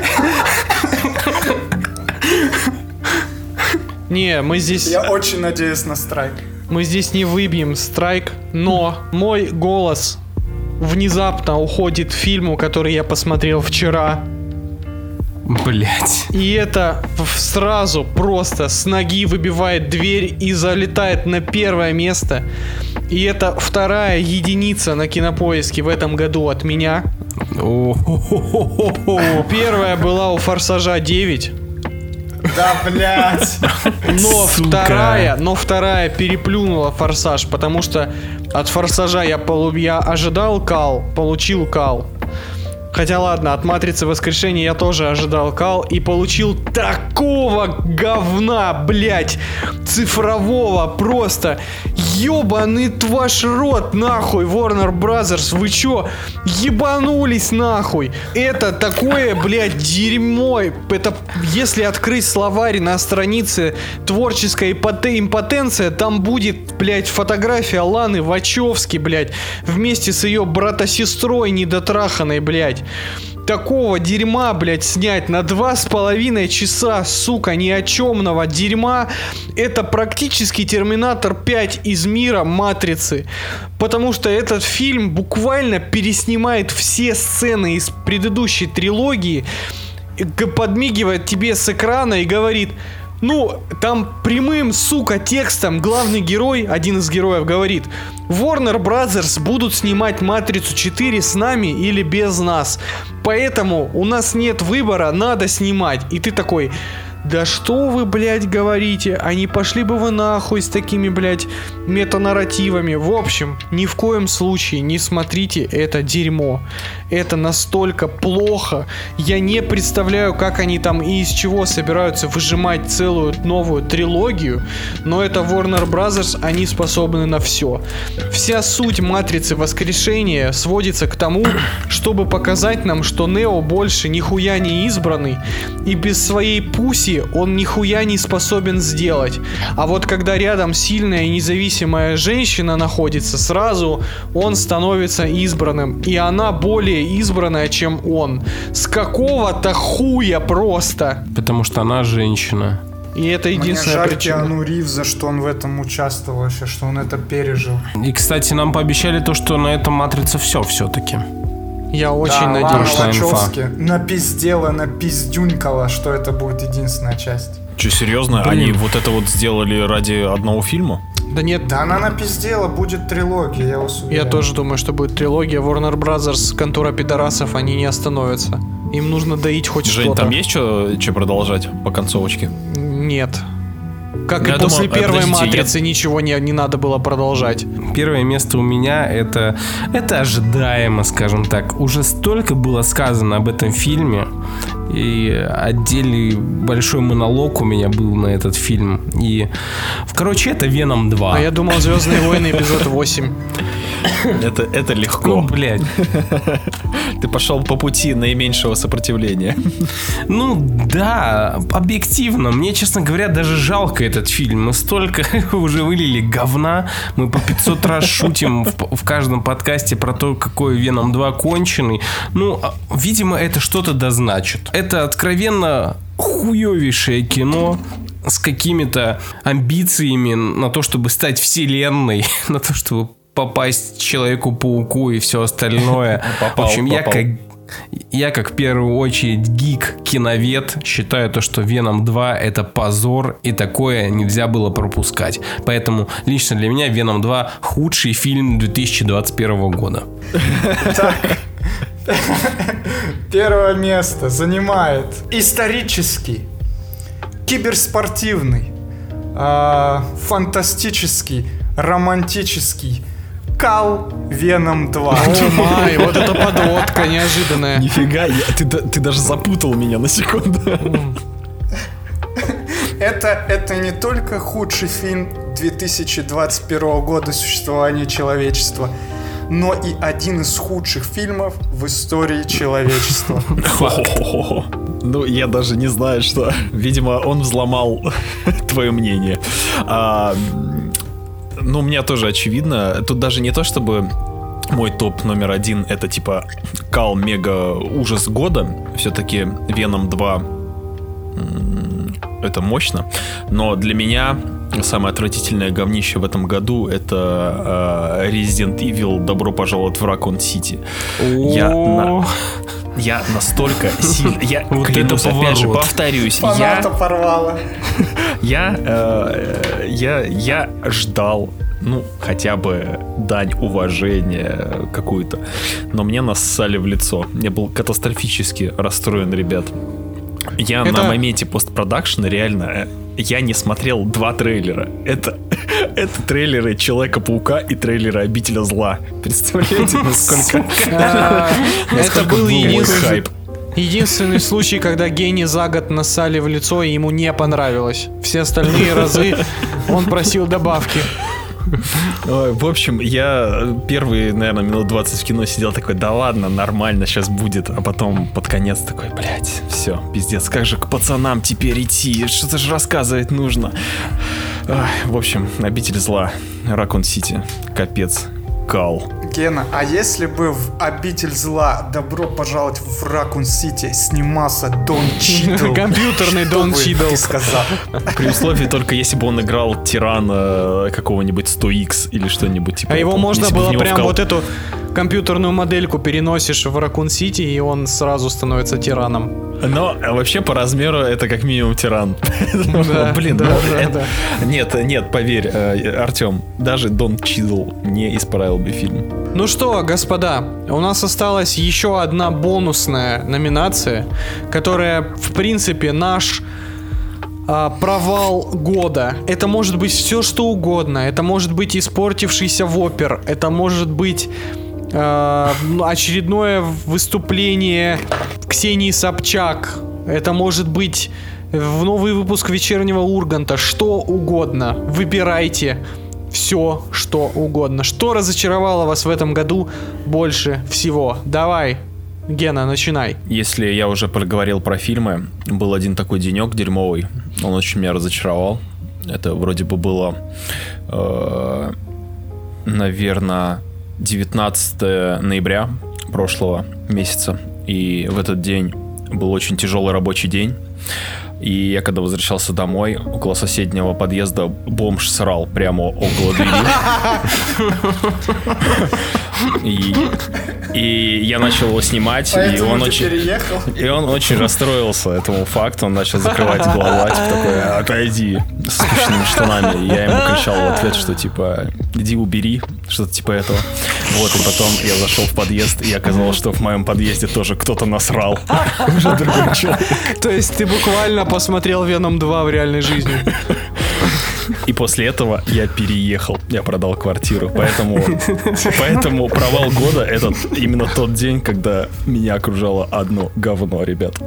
Не, мы здесь... Я очень надеюсь на страйк. Мы здесь не выбьем страйк, но мой голос внезапно уходит в фильму, который я посмотрел вчера. Блять. И это сразу просто с ноги выбивает дверь и залетает на первое место. И это вторая единица на Кинопоиске в этом году от меня. Первая была у «Форсажа девять». Да, блять. Но вторая, но вторая переплюнула «Форсаж», потому что от «Форсажа» я, полу- я ожидал кал, получил кал. Хотя ладно, от «Матрицы воскрешения» я тоже ожидал кал и получил такого говна, блять, цифрового просто. Ёбаный ваш рот, нахуй, Warner Brothers, вы чё, ебанулись нахуй? Это такое, блять, дерьмо. Это, если открыть словарь на странице «Творческая импотенция», там будет, блять, фотография Ланы Вачовски, блять, вместе с ее брата-сестрой недотраханной, блять. Такого дерьма, блять, снять на два с половиной часа, сука, ни о чемного дерьма. Это практически Терминатор пять из мира Матрицы. Потому что этот фильм буквально переснимает все сцены из предыдущей трилогии, подмигивает тебе с экрана и говорит: ну, там прямым, сука, текстом главный герой, один из героев говорит: Warner Brothers будут снимать «Матрицу четыре» с нами или без нас. Поэтому у нас нет выбора, надо снимать. И ты такой: да что вы, блядь, говорите? А не пошли бы вы нахуй с такими, блядь, метанарративами. В общем, ни в коем случае не смотрите это дерьмо. Это настолько плохо. Я не представляю, как они там и из чего собираются выжимать целую новую трилогию. Но это Warner Brothers, они способны на все. Вся суть «Матрицы воскрешения» сводится к тому, чтобы показать нам, что Нео больше нихуя не избранный. И без своей пуси он нихуя не способен сделать. А вот когда рядом сильная и независимая женщина находится, сразу он становится избранным. И она более избранная, чем он. С какого-то хуя просто. Потому что она женщина. И это единственная Мне жаль причина. Киану Ривза, что он в этом участвовал вообще, что он это пережил. И, кстати, нам пообещали то, что на этом «Матрица» все все-таки. Я очень да, надеюсь. Лана Вачовски напиздела, напиздюнькала, что это будет единственная часть. Че, серьезно? Блин. Они вот это вот сделали ради одного фильма? Да нет, Да она напиздела, будет трилогия, я вас уверяю. я тоже думаю, что будет трилогия. Warner Brothers, контора пидорасов, они не остановятся. Им нужно доить хоть Жень, что-то. там есть что продолжать по концовочке? Нет. Как Я и после думал, первой подождите, «Матрицы» я- ничего не, не надо было продолжать. Первое место у меня это, это ожидаемо, скажем так. Уже столько было сказано об этом фильме. И отдельный большой монолог у меня был на этот фильм. И, короче, это Веном два. А я думал, Звездные войны эпизод восемь. Это, это легко. Ну, блядь. Ты пошел по пути наименьшего сопротивления. Ну, да, объективно. Мне, честно говоря, даже жалко этот фильм. Мы столько уже вылили говна. Мы по пятьсот раз шутим в, в каждом подкасте про то, какой Веном два конченый. Ну, видимо, это что-то дозначит. Это откровенно хуёвейшее кино с какими-то амбициями на то, чтобы стать вселенной, на то, чтобы попасть Человеку-пауку и все остальное. Попал, в общем, попал. я как я как в первую очередь гик-киновед считаю то, что Веном два это позор, и такое нельзя было пропускать. Поэтому лично для меня Веном два худший фильм две тысячи двадцать первого года. Так. Первое место занимает исторический, киберспортивный, э, фантастический, романтический Кал Веном два. О май, вот это подводка неожиданная. Нифига, я, ты, ты даже запутал меня на секунду. Это, это не только худший фильм две тысячи двадцать первого года существования человечества, но и один из худших фильмов в истории человечества. Ну, я даже не знаю, что... Видимо, он взломал твое мнение. А, ну, у меня тоже очевидно. Тут даже не то, чтобы мой топ номер один это типа Кал мега ужас года. Все-таки Веном два это мощно. Но для меня самое отвратительное говнище в этом году это э, Resident Evil Добро пожаловать в Ракун-Сити. Я, на, я настолько сильно... Я вот клянусь, опять же, повторюсь. Я, порвало. я, э, я, я ждал, ну, хотя бы дань уважения какую-то. Но мне нассали в лицо. Я был катастрофически расстроен, ребят. Я Это... на моменте постпродакшена реально... Я не смотрел два трейлера. Это, это трейлеры Человека-паука и трейлеры Обителя зла. Представляете, насколько... Это был единственный... Единственный случай, когда Гене за год нассали в лицо, и ему не понравилось. Все остальные разы он просил добавки. Ой, в общем, я первые, наверное, минут двадцать в кино сидел такой, да ладно, нормально, сейчас будет. А потом под конец такой, блядь, все, пиздец, как же к пацанам теперь идти? Что-то же рассказывать нужно. Ой, в общем, Обитель зла, Ракун-Сити, капец, Кал. Гена, а если бы в Обитель зла Добро пожаловать в Ракун-Сити снимался Дон Чидл? Компьютерный Дон Чидл. Ты сказал. При условии только если бы он играл тирана какого-нибудь сто икс или что-нибудь типа. А его этого. можно Если бы было в него прям вкол- вот эту компьютерную модельку переносишь в Ракун-Сити, и он сразу становится тираном. Но вообще по размеру это как минимум тиран. Да, Блин, да, ну, да, это- да. Нет, нет, поверь, э, Артем, даже Дон Чидл не исправил бы фильм. Ну что, господа, у нас осталась еще одна бонусная номинация, которая, в принципе, наш а, провал года. Это может быть все, что угодно. Это может быть испортившийся вопер. Это может быть а, очередное выступление Ксении Собчак. Это может быть в новый выпуск «Вечернего Урганта». Что угодно. Выбирайте. Все, что угодно. Что разочаровало вас в этом году больше всего? Давай, Гена, начинай. Если я уже проговорил про фильмы, был один такой денек дерьмовый. Он очень меня разочаровал. Это вроде бы было, э, наверное, девятнадцатого ноября прошлого месяца. И в этот день был очень тяжелый рабочий день. И я когда возвращался домой, около соседнего подъезда бомж срал прямо около двери. И, и я начал его снимать, и Поэтому он ты очень, переехал? и он очень расстроился этому факту. Он начал закрывать глаза, типа такой, отойди, с спущенными штанами. И я ему кричал в ответ, что типа, иди убери, что-то типа этого. Вот, и потом я зашел в подъезд, и оказалось, что в моем подъезде тоже кто-то насрал. Уже другой человек. То есть ты буквально посмотрел Веном два в реальной жизни. И после этого я переехал, я продал квартиру, поэтому, поэтому провал года — это именно тот день, когда меня окружало одно говно, ребят.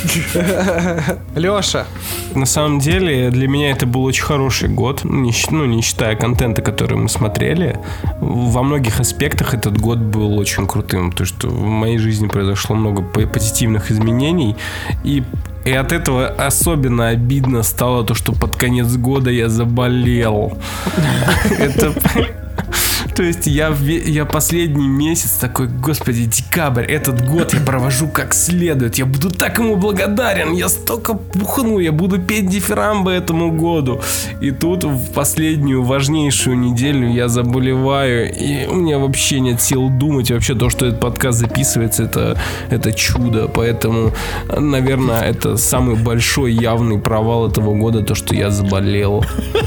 Леша. На самом деле, для меня это был очень хороший год, не, ну, не считая контента, который мы смотрели. Во многих аспектах этот год был очень крутым, потому что в моей жизни произошло много позитивных изменений, и И от этого особенно обидно стало то, что под конец года я заболел. Это... То есть я, я последний месяц такой, господи, декабрь, этот год я провожу как следует. Я буду так ему благодарен. Я столько пухну, я буду петь дифирамбы этому году. И тут в последнюю важнейшую неделю я заболеваю. И у меня вообще нет сил думать. Вообще то, что этот подкаст записывается, это, это чудо. Поэтому, наверное, это самый большой явный провал этого года, то, что я заболел.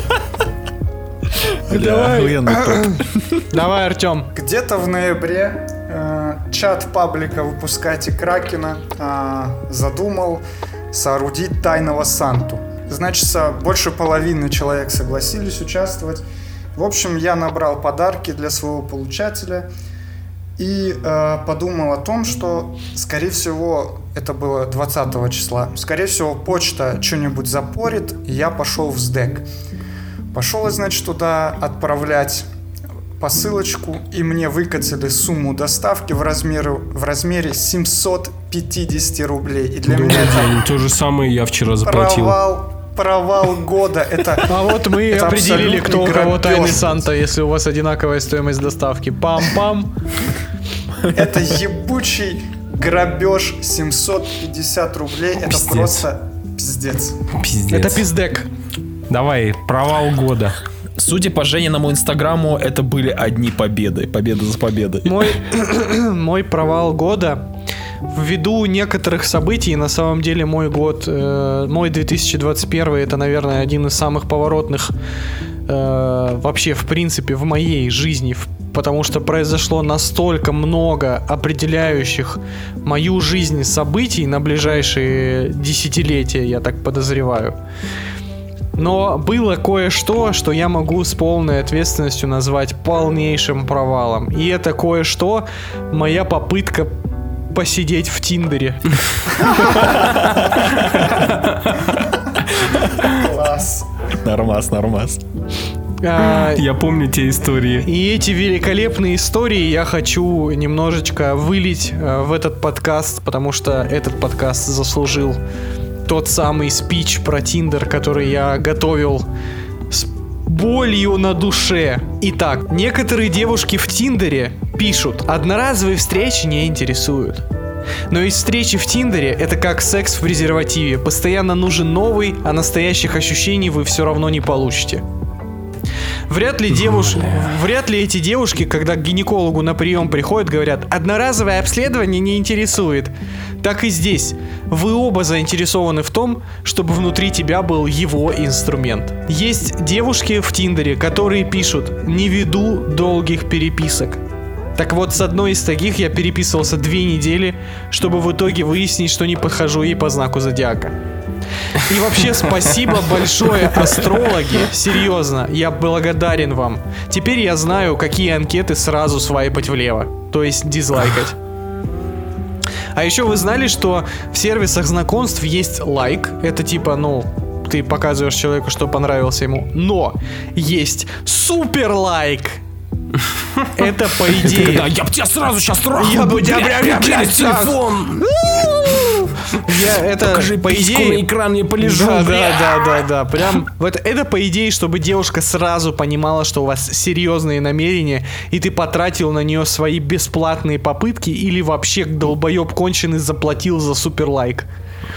Давай, давай, Артем. Где-то в ноябре э, чат паблика «Выпускайте Кракена» э, задумал соорудить тайного Санту. Значит, больше половины человек согласились участвовать. В общем, я набрал подарки для своего получателя и э, подумал о том, что, скорее всего, это было двадцатого числа, скорее всего, почта что-нибудь запорит, и я пошел в СДЭК. Пошел, значит, туда отправлять посылочку, и мне выкатили сумму доставки в размере, в размере семьсот пятьдесят рублей. И для Добрый меня день. это То же самое я вчера заплатил. Провал, провал года. Это, а вот мы это определили, кто у кого грабеж. тайный Санта, если у вас одинаковая стоимость доставки. Пам-пам. Это ебучий грабеж. семьсот пятьдесят рублей. Это Пиздец. Просто пиздец. Пиздец. Это пиздек. Давай, провал года. Судя по Жениному инстаграму, это были одни победы. Победа за победой. Мой, мой провал года. Ввиду некоторых событий, на самом деле мой год, э, мой две тысячи двадцать первый, это, наверное, один из самых поворотных э, вообще, в принципе, в моей жизни, в, потому что произошло настолько много определяющих мою жизнь событий на ближайшие десятилетия, я так подозреваю. Но было кое-что, что я могу с полной ответственностью назвать полнейшим провалом. И это кое-что моя попытка посидеть в Тиндере. Класс. Нормас, нормас. А, Я помню те истории. И эти великолепные истории я хочу немножечко вылить а, в этот подкаст, потому что этот подкаст заслужил тот самый спич про Тиндер, который я готовил с болью на душе. Итак, некоторые девушки в Тиндере пишут: одноразовые встречи не интересуют. Но из встречи в Тиндере это как секс в презервативе. Постоянно нужен новый, а настоящих ощущений вы все равно не получите. Вряд ли, девуш... Вряд ли эти девушки, когда к гинекологу на прием приходят, говорят: одноразовое обследование не интересует. Так и здесь. Вы оба заинтересованы в том, чтобы внутри тебя был его инструмент. Есть девушки в Тиндере, которые пишут: не веду долгих переписок. Так вот, с одной из таких я переписывался две недели, чтобы в итоге выяснить, что не подхожу ей по знаку зодиака. И вообще спасибо большое, астрологи. Серьезно, я благодарен вам. Теперь я знаю, какие анкеты сразу свайпать влево, то есть дизлайкать. А еще вы знали, что в сервисах знакомств есть лайк. Это типа, ну, ты показываешь человеку, что понравился ему. Но есть супер лайк. Это по идее. Да, я бы тебя сразу сейчас трахнул. Я бы тебя прям через телефон. Я, это Покажи по письку идее на экран, я полежу. Да, да, да, да, да. Прям вот это по идее, чтобы девушка сразу понимала, что у вас серьезные намерения, и ты потратил на нее свои бесплатные попытки, или вообще долбоеб конченый заплатил за супер лайк.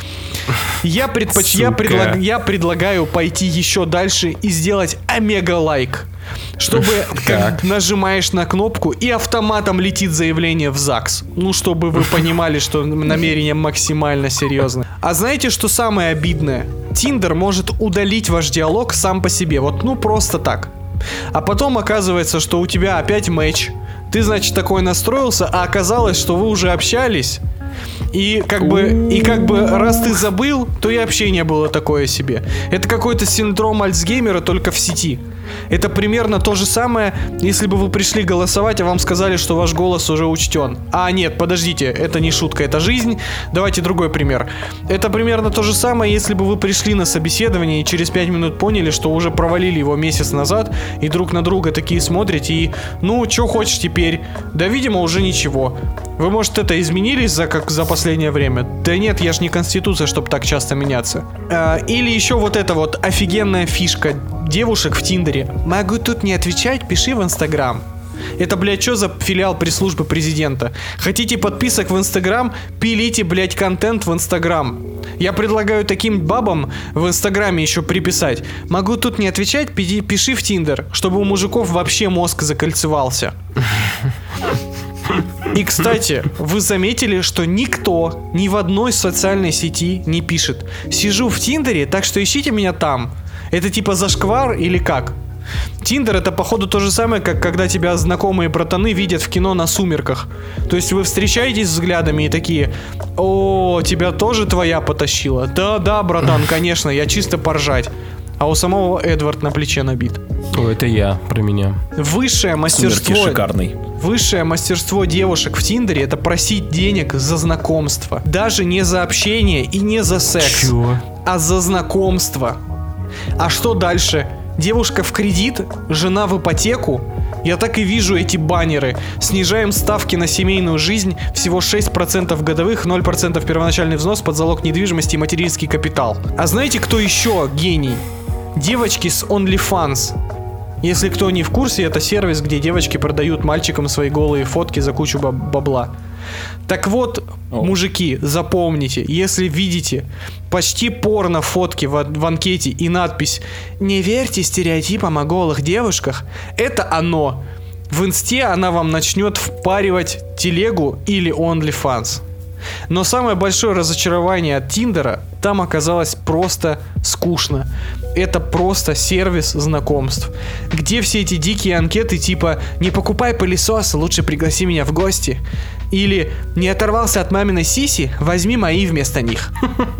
Я, предпоч... я, предлаг... я предлагаю пойти еще дальше и сделать омега лайк. Чтобы как нажимаешь на кнопку и автоматом летит заявление в ЗАГС. Ну, чтобы вы понимали, что намерение максимально серьезное. А знаете, что самое обидное? Тиндер может удалить ваш диалог сам по себе. Вот, ну, просто так. А потом оказывается, что у тебя опять матч. Ты, значит, такой настроился, а оказалось, что вы уже общались И как бы, и как бы, раз ты забыл, то и общение было такое себе. Это какой-то синдром Альцгеймера, только в сети. Это примерно то же самое, если бы вы пришли голосовать, а вам сказали, что ваш голос уже учтен. А нет, подождите, это не шутка, это жизнь. Давайте другой пример. Это примерно то же самое, если бы вы пришли на собеседование и через пять минут поняли, что уже провалили его месяц назад, и друг на друга такие смотрите и, ну, что хочешь теперь? Да, видимо, уже ничего. Вы, может, это изменились за, как за последнее время? Да нет, я ж не Конституция, чтобы так часто меняться. А, или еще вот эта вот офигенная фишка девушек в Тиндере. Могу тут не отвечать, пиши в Инстаграм. Это, блядь, что за филиал пресс-службы президента? Хотите подписок в Инстаграм? Пилите, блядь, контент в Инстаграм. Я предлагаю таким бабам в Инстаграме еще приписать. Могу тут не отвечать, пи- пиши в Тиндер, чтобы у мужиков вообще мозг закольцевался. И, кстати, вы заметили, что никто ни в одной социальной сети не пишет: сижу в Тиндере, так что ищите меня там. Это типа зашквар или как? Тиндер — это походу то же самое, как когда тебя знакомые братаны видят в кино на «Сумерках». То есть вы встречаетесь взглядами и такие: о, тебя тоже твоя потащила? Да-да, братан, конечно, я чисто поржать. А у самого Эдвард на плече набит. О, это я, про меня. Высшее мастерство. «Сумерки» шикарный. Высшее мастерство девушек в Тиндере — это просить денег за знакомство. Даже не за общение и не за секс. Чего? А за знакомство. А что дальше? Девушка в кредит, жена в ипотеку. Я так и вижу эти баннеры. Снижаем ставки на семейную жизнь, всего шесть процентов годовых, ноль процентов первоначальный взнос под залог недвижимости и материнский капитал. А знаете, кто еще гений? Девочки с OnlyFans. Если кто не в курсе, это сервис, где девочки продают мальчикам свои голые фотки за кучу бабла. Так вот, О. мужики, запомните, если видите почти порно фотки в, в анкете и надпись «Не верьте стереотипам о голых девушках», это оно. В инсте она вам начнет впаривать телегу или OnlyFans. Но самое большое разочарование от Тиндера, там оказалось просто скучно. Это просто сервис знакомств. Где все эти дикие анкеты типа «Не покупай пылесос, лучше пригласи меня в гости». Или «Не оторвался от маминой сиси, возьми мои вместо них».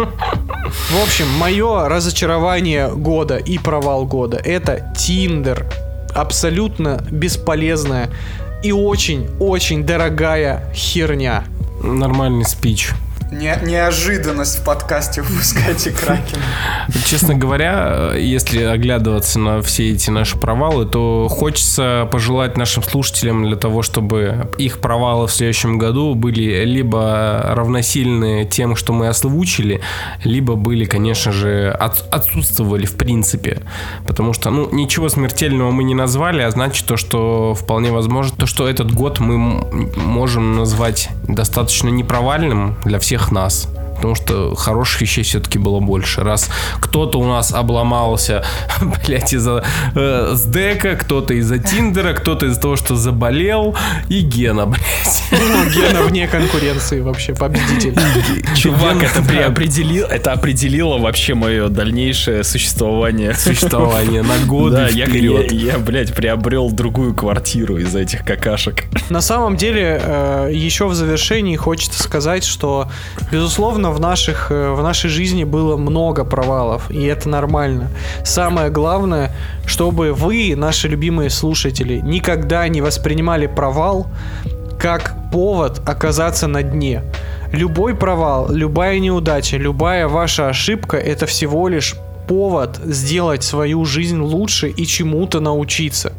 В общем, мое разочарование года и провал года — это Тиндер. Абсолютно бесполезная и очень-очень дорогая херня. Нормальный спич. Не, неожиданность в подкасте «Выпускайте Кракена». Честно говоря, если оглядываться на все эти наши провалы, то хочется пожелать нашим слушателям для того, чтобы их провалы в следующем году были либо равносильны тем, что мы озвучили, либо были, конечно же, от, отсутствовали в принципе. Потому что, ну, ничего смертельного мы не назвали, а значит то, что вполне возможно, то, что этот год мы можем назвать достаточно непровальным для всех нас, потому что хороших вещей все-таки было больше. Раз кто-то у нас обломался, блять, из-за э, сдека, кто-то из-за Тиндера, кто-то из-за того, что заболел, и Гена, блять. Ну, Гена вне конкуренции вообще, победитель. Чувак, это приопределило, это определило вообще мое дальнейшее существование. Существование на годы да, вперед. Я, я, я, блядь, приобрел другую квартиру из-за этих какашек. На самом деле, э, еще в завершении хочется сказать, что, безусловно, в, наших, в нашей жизни было много провалов, и это нормально. Самое главное, чтобы вы, наши любимые слушатели, никогда не воспринимали провал как повод оказаться на дне. Любой провал, любая неудача, любая ваша ошибка — это всего лишь повод сделать свою жизнь лучше и чему-то научиться.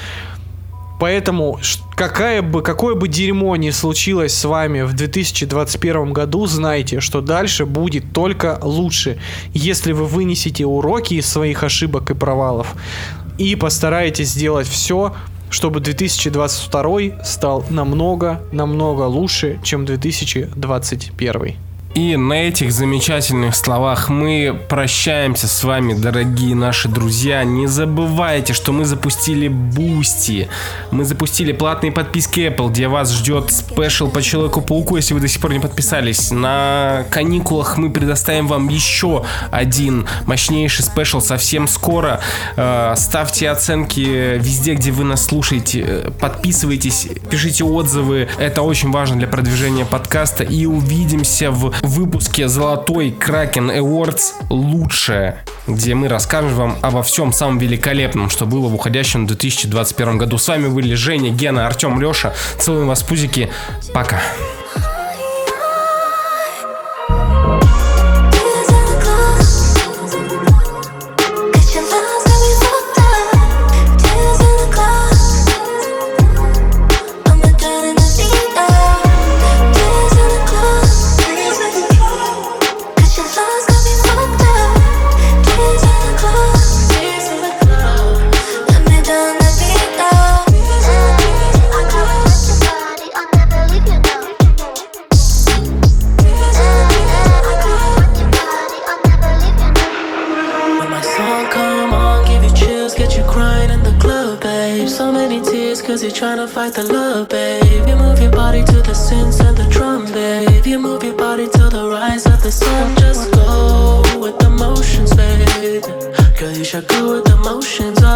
Поэтому какая бы, какое бы дерьмо ни случилось с вами в две тысячи двадцать первом году, знайте, что дальше будет только лучше, если вы вынесете уроки из своих ошибок и провалов и постараетесь сделать все, чтобы две тысячи двадцать второй стал намного-намного лучше, чем две тысячи двадцать первый. И на этих замечательных словах мы прощаемся с вами, дорогие наши друзья. Не забывайте, что мы запустили Boosty. Мы запустили платные подписки Apple, где вас ждет спешл по Человеку-пауку, если вы до сих пор не подписались. На каникулах мы предоставим вам еще один мощнейший спешл совсем скоро. Ставьте оценки везде, где вы нас слушаете. Подписывайтесь, пишите отзывы. Это очень важно для продвижения подкаста. И увидимся в выпуске Золотой Кракен Awards лучшее, где мы расскажем вам обо всем самом великолепном, что было в уходящем две тысячи двадцать первом году. С вами были Женя, Гена, Артем, Леша. Целуем вас в пузики. Пока. Cause you're trying to fight the love, babe. You move your body to the synths and the drum, babe. You move your body to the rise of the sun. Just go with the motions, babe. Girl, you should go with the motions.